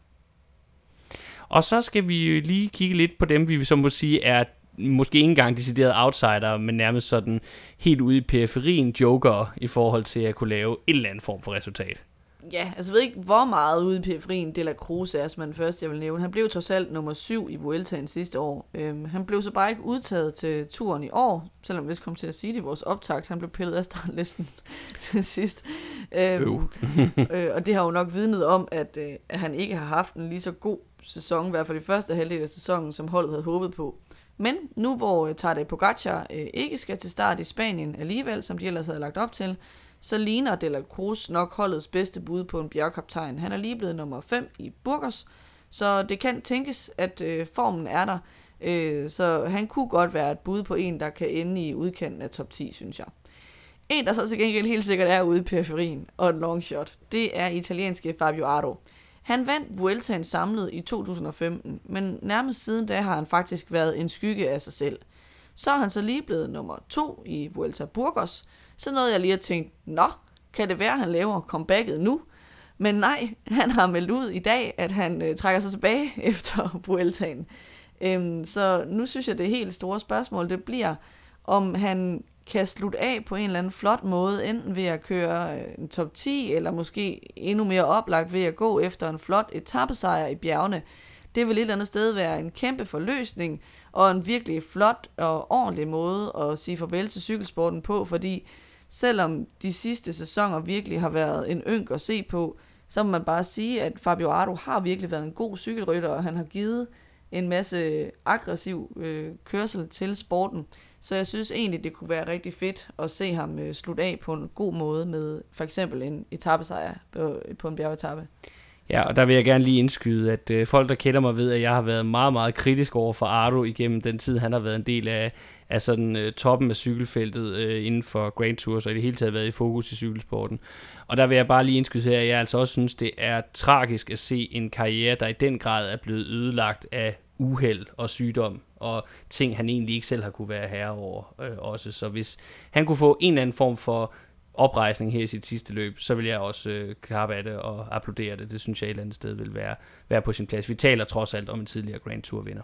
Og så skal vi lige kigge lidt på dem, vi så må sige er måske ikke engang deciderede outsider, men nærmest sådan helt ude i periferien joker i forhold til at kunne lave en eller anden form for resultat. Ja, altså jeg ved ikke, hvor meget ude i periferien De La Cruz er, som man først jeg vil nævne. Han blev trods alt nummer syv i Vueltaen sidste år. Øhm, han blev så bare ikke udtaget til turen i år, selvom vi kom til at sige det i vores optakt. Han blev pillet af startlisten til sidst. Øhm, øh, og det har jo nok vidnet om, at, øh, at han ikke har haft en lige så god sæson, i hvert fald i første halvdel af sæsonen, som holdet havde håbet på. Men nu hvor uh, Tadej Pogacar uh, ikke skal til start i Spanien alligevel, som de ellers havde lagt op til, så ligner De La Cruz nok holdets bedste bud på en bjergkaptajn. Han er lige blevet nummer fem i Burgos, så det kan tænkes, at uh, formen er der. Uh, så han kunne godt være et bud på en, der kan ende i udkanten af top ti, synes jeg. En, der så til gengæld helt sikkert er ude i periferien og en long shot, det er italienske Fabio Aru. Han vandt Vueltaen samlet i to tusind og femten, men nærmest siden da har han faktisk været en skygge af sig selv. Så er han så lige blevet nummer to i Vuelta Burgos, så nåede jeg lige at tænke, nå, kan det være, at han laver comebacket nu? Men nej, han har meldt ud i dag, at han øh, trækker sig tilbage efter Vueltaen. Øhm, så nu synes jeg, det helt store spørgsmål, det bliver, om han kan slutte af på en eller anden flot måde, enten ved at køre en top ti, eller måske endnu mere oplagt ved at gå efter en flot etapesejr i bjergene. Det vil et eller andet sted være en kæmpe forløsning, og en virkelig flot og ordentlig måde at sige farvel til cykelsporten på, fordi selvom de sidste sæsoner virkelig har været en ynk at se på, så må man bare sige, at Fabio Aru har virkelig været en god cykelrytter, og han har givet en masse aggressiv øh, kørsel til sporten. Så jeg synes egentlig, det kunne være rigtig fedt at se ham øh, slutte af på en god måde med for eksempel en etapesejr på, på en bjergetappe. Ja, og der vil jeg gerne lige indskyde, at øh, folk, der kender mig, ved, at jeg har været meget, meget kritisk over for Aru igennem den tid, han har været en del af, af sådan, øh, toppen af cykelfeltet øh, inden for Grand Tours, og i det hele taget været i fokus i cykelsporten. Og der vil jeg bare lige indskyde her, at jeg altså også synes, det er tragisk at se en karriere, der i den grad er blevet ødelagt af uheld og sygdom, og ting, han egentlig ikke selv har kunne være herre over øh, også. Så hvis han kunne få en eller anden form for oprejsning her i sit sidste løb, så vil jeg også øh, klappe af det og applaudere det. Det synes jeg et eller andet sted vil være, være på sin plads. Vi taler trods alt om en tidligere Grand Tour vinder.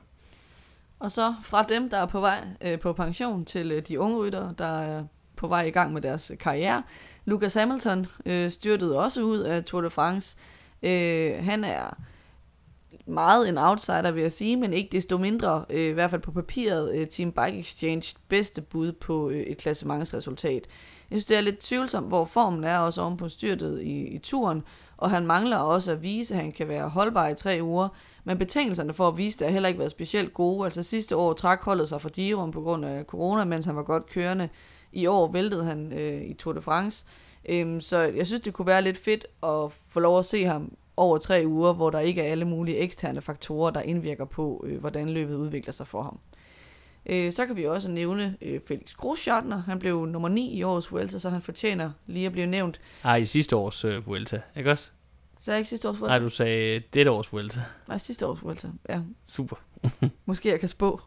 Og så fra dem, der er på vej øh, på pension, til øh, de unge ryttere, der er på vej i gang med deres karriere. Lucas Hamilton øh, styrtede også ud af Tour de France. Øh, han er meget en outsider, vil jeg sige, men ikke desto mindre, øh, i hvert fald på papiret, øh, Team Bike Exchange bedste bud på øh, et klassementsresultat. Jeg synes, det er lidt tvivlsomt, hvor formen er også oven på styrtet i, i turen, og han mangler også at vise, at han kan være holdbar i tre uger, men betingelserne for at vise det har heller ikke været specielt gode. Altså sidste år trak holdet sig fra Giroen på grund af corona, mens han var godt kørende. I år væltede han øh, i Tour de France. Øhm, så jeg synes, det kunne være lidt fedt at få lov at se ham over tre uger, hvor der ikke er alle mulige eksterne faktorer, der indvirker på, øh, hvordan løbet udvikler sig for ham. Øh, så kan vi også nævne øh, Felix Großschartner. Han blev nummer ni i årets Vuelta, så han fortjener lige at blive nævnt. Ah, i sidste års øh, Vuelta, ikke også? Så er ikke sidste års Vuelta? Nej, du sagde dette års Vuelta. Nej, sidste års Vuelta, ja. Super. Måske jeg kan spå.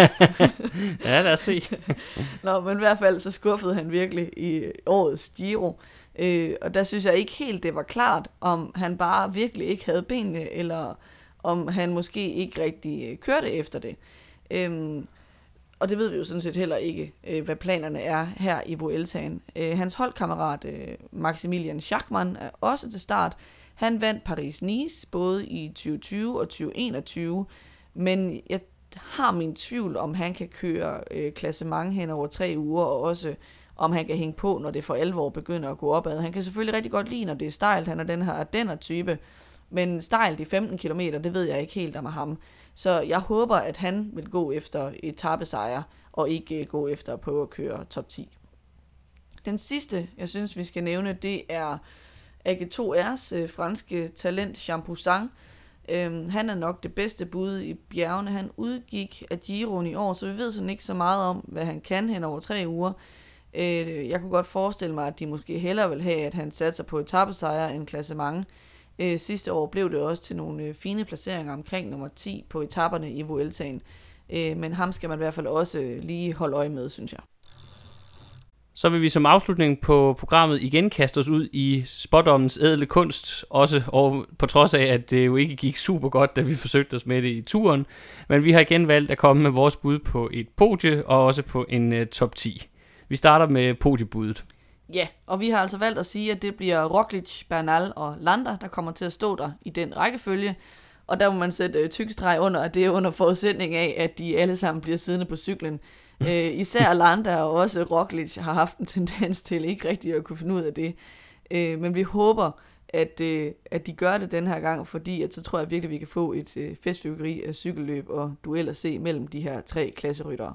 Ja, lad os se. Nå, men i hvert fald så skuffede han virkelig i årets Giro. Øh, og der synes jeg ikke helt, det var klart, om han bare virkelig ikke havde benene, eller om han måske ikke rigtig kørte efter det. Øhm, og det ved vi jo sådan set heller ikke, øh, hvad planerne er her i Vueltaen. Øh, hans holdkammerat øh, Maximilian Schachmann er også til start. Han vandt Paris-Nice både i tyve tyve og tyve enogtyve, men jeg har min tvivl, om han kan køre øh, klassement hen over tre uger, og også om han kan hænge på, når det for alvor begynder at gå opad. Han kan selvfølgelig rigtig godt lide, når det er stejlt. Han er den her Ardenner-type, men stejlt i femten kilometer, det ved jeg ikke helt om ham. Så jeg håber, at han vil gå efter etapesejre, og ikke gå efter på at køre top ti. Den sidste, jeg synes, vi skal nævne, det er A G to R's øh, franske talent Champoussin. Øhm, han er nok det bedste bud i bjergene. Han udgik af Giroen i år, så vi ved sådan ikke så meget om, hvad han kan hen over tre uger. Øh, jeg kunne godt forestille mig, at de måske hellere vil have, at han satser på etapesejre end klassement. Øh, sidste år blev det også til nogle øh, fine placeringer omkring nummer ti på etaperne i Vueltaen. Øh, men ham skal man i hvert fald også øh, lige holde øje med, synes jeg. Så vil vi som afslutning på programmet igen kaste os ud i spådommens ædle kunst, også og på trods af, at det jo ikke gik super godt, da vi forsøgte os med det i turen. Men vi har igen valgt at komme med vores bud på et podie og også på en uh, top ti. Vi starter med podiebuddet. Ja, og vi har altså valgt at sige, at det bliver Roglic, Bernal og Landa, der kommer til at stå der i den rækkefølge. Og der må man sætte uh, tyk streg under, at det er under forudsætning af, at de alle sammen bliver siddende på cyklen. Uh, især Landa og også Roglic har haft en tendens til ikke rigtig at kunne finde ud af det. Uh, men vi håber, at, uh, at de gør det den her gang, fordi at så tror jeg virkelig, at vi kan få et uh, festfyrkeri af cykelløb og dueller se mellem de her tre klasseryttere.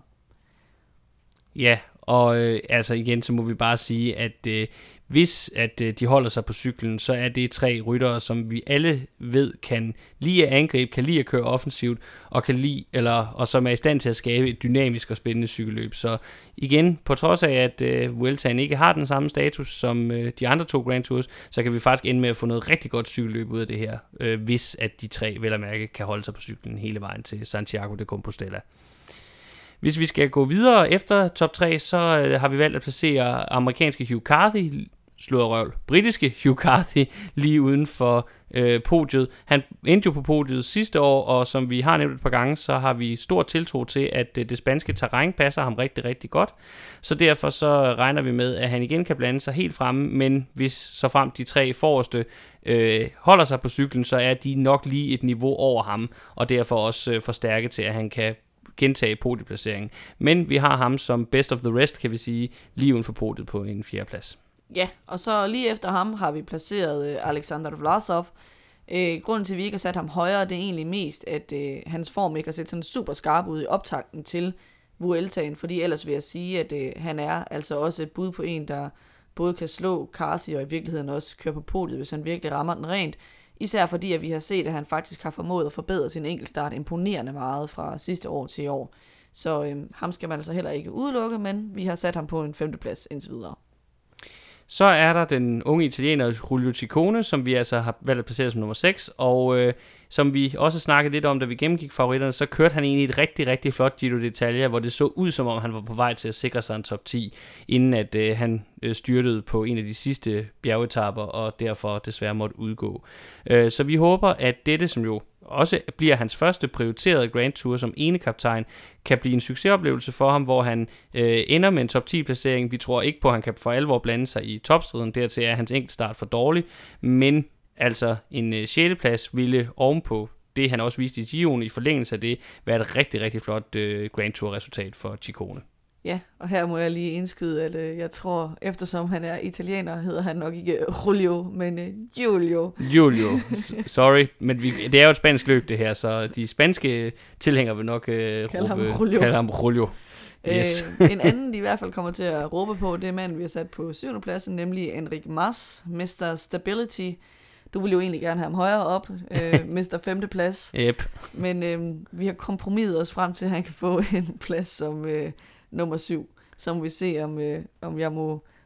Ja, og øh, altså igen, så må vi bare sige, at øh, hvis at øh, de holder sig på cyklen, så er det tre ryttere, som vi alle ved kan lide at angribe, kan lide at køre offensivt, og kan lide, eller, og som er i stand til at skabe et dynamisk og spændende cykelløb. Så igen, på trods af, at øh, Vueltaen ikke har den samme status som øh, de andre to Grand Tours, så kan vi faktisk ende med at få noget rigtig godt cykelløb ud af det her, øh, hvis at de tre, vel at mærke, kan holde sig på cyklen hele vejen til Santiago de Compostela. Hvis vi skal gå videre efter top tre, så øh, har vi valgt at placere amerikanske Hugh Carthy, slået røv, britiske Hugh Carthy, lige uden for øh, podiet. Han endte jo på podiet sidste år, og som vi har nævnt et par gange, så har vi stor tiltro til, at øh, det spanske terræn passer ham rigtig, rigtig godt. Så derfor så regner vi med, at han igen kan blande sig helt fremme, men hvis så frem de tre forreste øh, holder sig på cyklen, så er de nok lige et niveau over ham, og derfor også øh, forstærket til, at han kan gentage podieplaceringen. Men vi har ham som best of the rest, kan vi sige, lige uden for podiet på en fjerdeplads. Ja, og så lige efter ham har vi placeret øh, Alexander Vlasov. Øh, grunden til, at vi ikke har sat ham højere, det er egentlig mest, at øh, hans form ikke har set sådan super skarp ud i optakten til Vueltaen, fordi ellers vil jeg sige, at øh, han er altså også et bud på en, der både kan slå Carthy og i virkeligheden også køre på podiet, hvis han virkelig rammer den rent. Især fordi, at vi har set, at han faktisk har formået at forbedre sin enkeltstart imponerende meget fra sidste år til i år. Så øhm, ham skal man altså heller ikke udelukke, men vi har sat ham på en femteplads indtil videre. Så er der den unge italiener Giulio Ciccone, som vi altså har valgt at placere som nummer seks, og øh, som vi også snakkede lidt om, da vi gennemgik favoritterne, så kørte han egentlig et rigtig, rigtig flot Giro d'Italia, hvor det så ud, som om han var på vej til at sikre sig en top ti, inden at øh, han øh, styrtede på en af de sidste bjergetapper, og derfor desværre måtte udgå. Øh, så vi håber, at dette, som jo også bliver hans første prioriterede Grand Tour som enekaptajn, kan blive en succesoplevelse for ham, hvor han øh, ender med en top ti placering. Vi tror ikke på, at han kan for alvor blande sig i topstriden, dertil er hans enkeltstart for dårlig, men altså en øh, sjette plads ville ovenpå det, han også viste i Giroen i forlængelse af det, være et rigtig, rigtig flot øh, Grand Tour resultat for Ciccone. Ja, og her må jeg lige indskyde, at øh, jeg tror, eftersom han er italiener, hedder han nok ikke Giulio, men øh, Giulio. Giulio, sorry, men vi, det er jo et spansk løb det her, så de spanske tilhængere vil nok øh, kalde råbe, ham Giulio. Kalde ham Giulio. Yes. øh, en anden, de i hvert fald kommer til at råbe på, det er manden, vi har sat på syvende pladsen, nemlig Enric Mas, mister Stability. Du vil jo egentlig gerne have ham højere op, øh, mister femte plads. Yep. Men øh, vi har kompromittet os frem til, at han kan få en plads som øh, nummer syv. Så må vi se, om, øh, om jeg må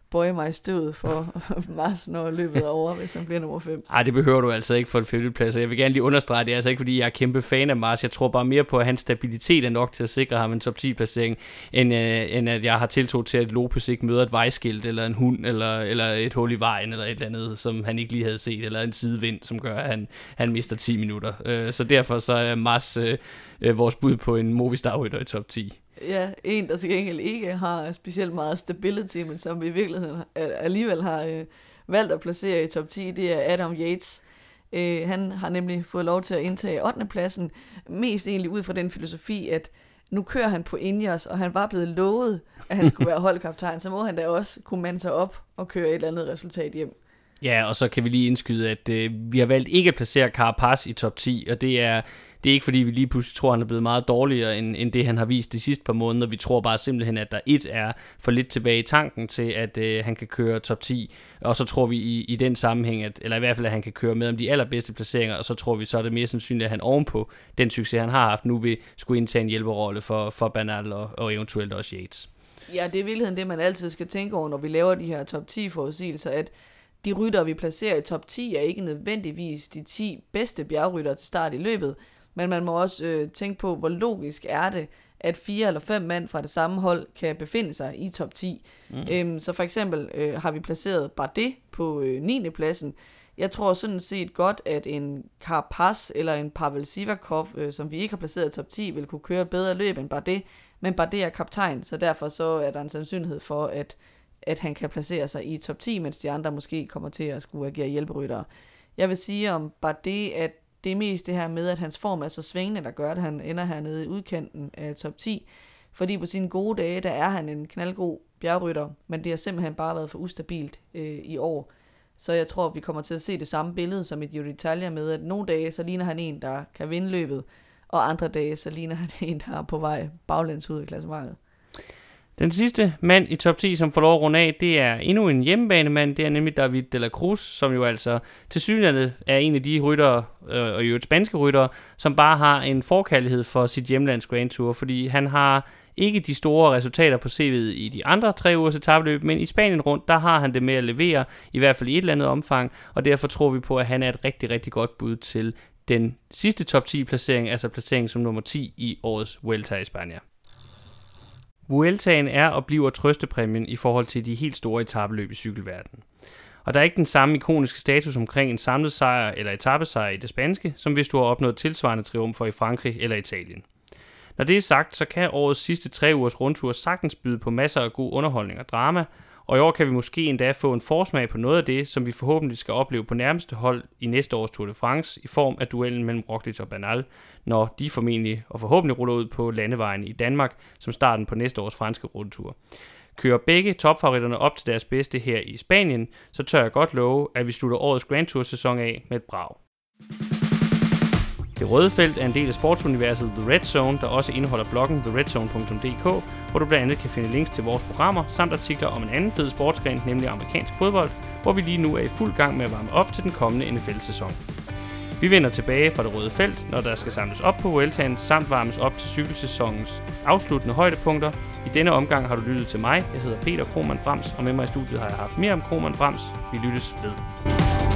bøje mig i støvet for Mars, når løbet er over, hvis han bliver nummer fem. Ej, det behøver du altså ikke for en femteplads. Jeg vil gerne lige understrege, det er altså ikke, fordi jeg er kæmpe fan af Mars. Jeg tror bare mere på, at hans stabilitet er nok til at sikre ham en top ti-placering, end, øh, end at jeg har tiltro til, at Lopez ikke møder et vejskilt, eller en hund, eller, eller et hul i vejen, eller et eller andet, som han ikke lige havde set, eller en sidevind, som gør, at han, han mister ti minutter. Øh, så derfor så er Mars øh, øh, vores bud på en Movistar-rytter i top ti. Ja, en, der til gengæld ikke har specielt meget stability, men som vi i virkeligheden alligevel har øh, valgt at placere i top ti, det er Adam Yates. Øh, han har nemlig fået lov til at indtage ottende pladsen, mest egentlig ud fra den filosofi, at nu kører han på Ineos, og han var blevet lovet, at han skulle være holdkaptajn, så må han da også kunne mande sig op og køre et eller andet resultat hjem. Ja, og så kan vi lige indskyde, at øh, vi har valgt ikke at placere Carapaz i top ti, og det er, det er ikke fordi, vi lige pludselig tror, at han er blevet meget dårligere, end, end det, han har vist de sidste par måneder. Vi tror bare simpelthen, at der et er for lidt tilbage i tanken til, at øh, han kan køre top ti, og så tror vi i, i den sammenhæng, at, eller i hvert fald, at han kan køre med om de allerbedste placeringer, og så tror vi, så er det mere sandsynligt, at han ovenpå den succes, han har haft nu, vil skulle indtage en hjælperrolle for, for Bernal og, og eventuelt også Yates. Ja, det er i virkeligheden det, man altid skal tænke over, når vi laver de her top ti-forudsigelser, at de ryttere, vi placerer i top ti, er ikke nødvendigvis de ti bedste bjergryttere til start i løbet, men man må også øh, tænke på, hvor logisk er det, at fire eller fem mand fra det samme hold kan befinde sig i top ti. Mm. Øhm, så for eksempel øh, har vi placeret Bardet på øh, niende pladsen. Jeg tror sådan set godt, at en Carapaz eller en Pavel Sivakov, øh, som vi ikke har placeret i top ti, vil kunne køre et bedre løb end Bardet, men Bardet er kaptajn, så derfor så er der en sandsynlighed for, at at han kan placere sig i top ti, mens de andre måske kommer til at skulle agere hjælperyttere. Jeg vil sige om Bardet, at det er mest det her med, at hans form er så svingende, der gør, at han ender hernede i udkanten af top ti. Fordi på sine gode dage, der er han en knaldgod bjergrytter, men det har simpelthen bare været for ustabilt øh, i år. Så jeg tror, vi kommer til at se det samme billede som i Giro d'Italia med, at nogle dage, så ligner han en, der kan vinde løbet, og andre dage, så ligner han en, der er på vej baglæns ud i klassementet. Den sidste mand i top ti, som får lov at runde af, det er endnu en hjemmebanemand. Det er nemlig David de la Cruz, som jo altså til synligheden er en af de ryttere, øh, og jo et spanske ryttere, som bare har en forkærlighed for sit hjemlands Grand Tour, fordi han har ikke de store resultater på C V'et i de andre tre ugers etapeløb, men i Spanien rundt, der har han det med at levere, i hvert fald i et eller andet omfang, og derfor tror vi på, at han er et rigtig, rigtig godt bud til den sidste top ti placering, altså placering som nummer ti i årets Vuelta i Spanien. Vueltaen er og bliver trøstepræmien i forhold til de helt store etapeløb i cykelverdenen. Og der er ikke den samme ikoniske status omkring en samlet sejr eller etapesejr i det spanske, som hvis du har opnået tilsvarende triumfer i Frankrig eller Italien. Når det er sagt, så kan årets sidste tre ugers rundtur sagtens byde på masser af god underholdning og drama, og i år kan vi måske endda få en forsmag på noget af det, som vi forhåbentlig skal opleve på nærmeste hold i næste års Tour de France i form af duellen mellem Roglic og Bernal, når de formentlig og forhåbentlig ruller ud på landevejen i Danmark som starten på næste års franske rundtur. Kører begge topfavoritterne op til deres bedste her i Spanien, så tør jeg godt love, at vi slutter årets Grand Tour-sæson af med et brag. Det røde felt er en del af sportsuniverset The Red Zone, der også indeholder bloggen the red zone punktum d k, hvor du blandt andet kan finde links til vores programmer, samt artikler om en anden fed sportsgren, nemlig amerikansk fodbold, hvor vi lige nu er i fuld gang med at varme op til den kommende N F L-sæson. Vi vender tilbage fra det røde felt, når der skal samles op på Vueltaen, samt varmes op til cykelsæsonens afsluttende højdepunkter. I denne omgang har du lyttet til mig. Jeg hedder Peter Kromann Brams, og med mig i studiet har jeg haft Miriam Kromann Brams. Vi lyttes ved.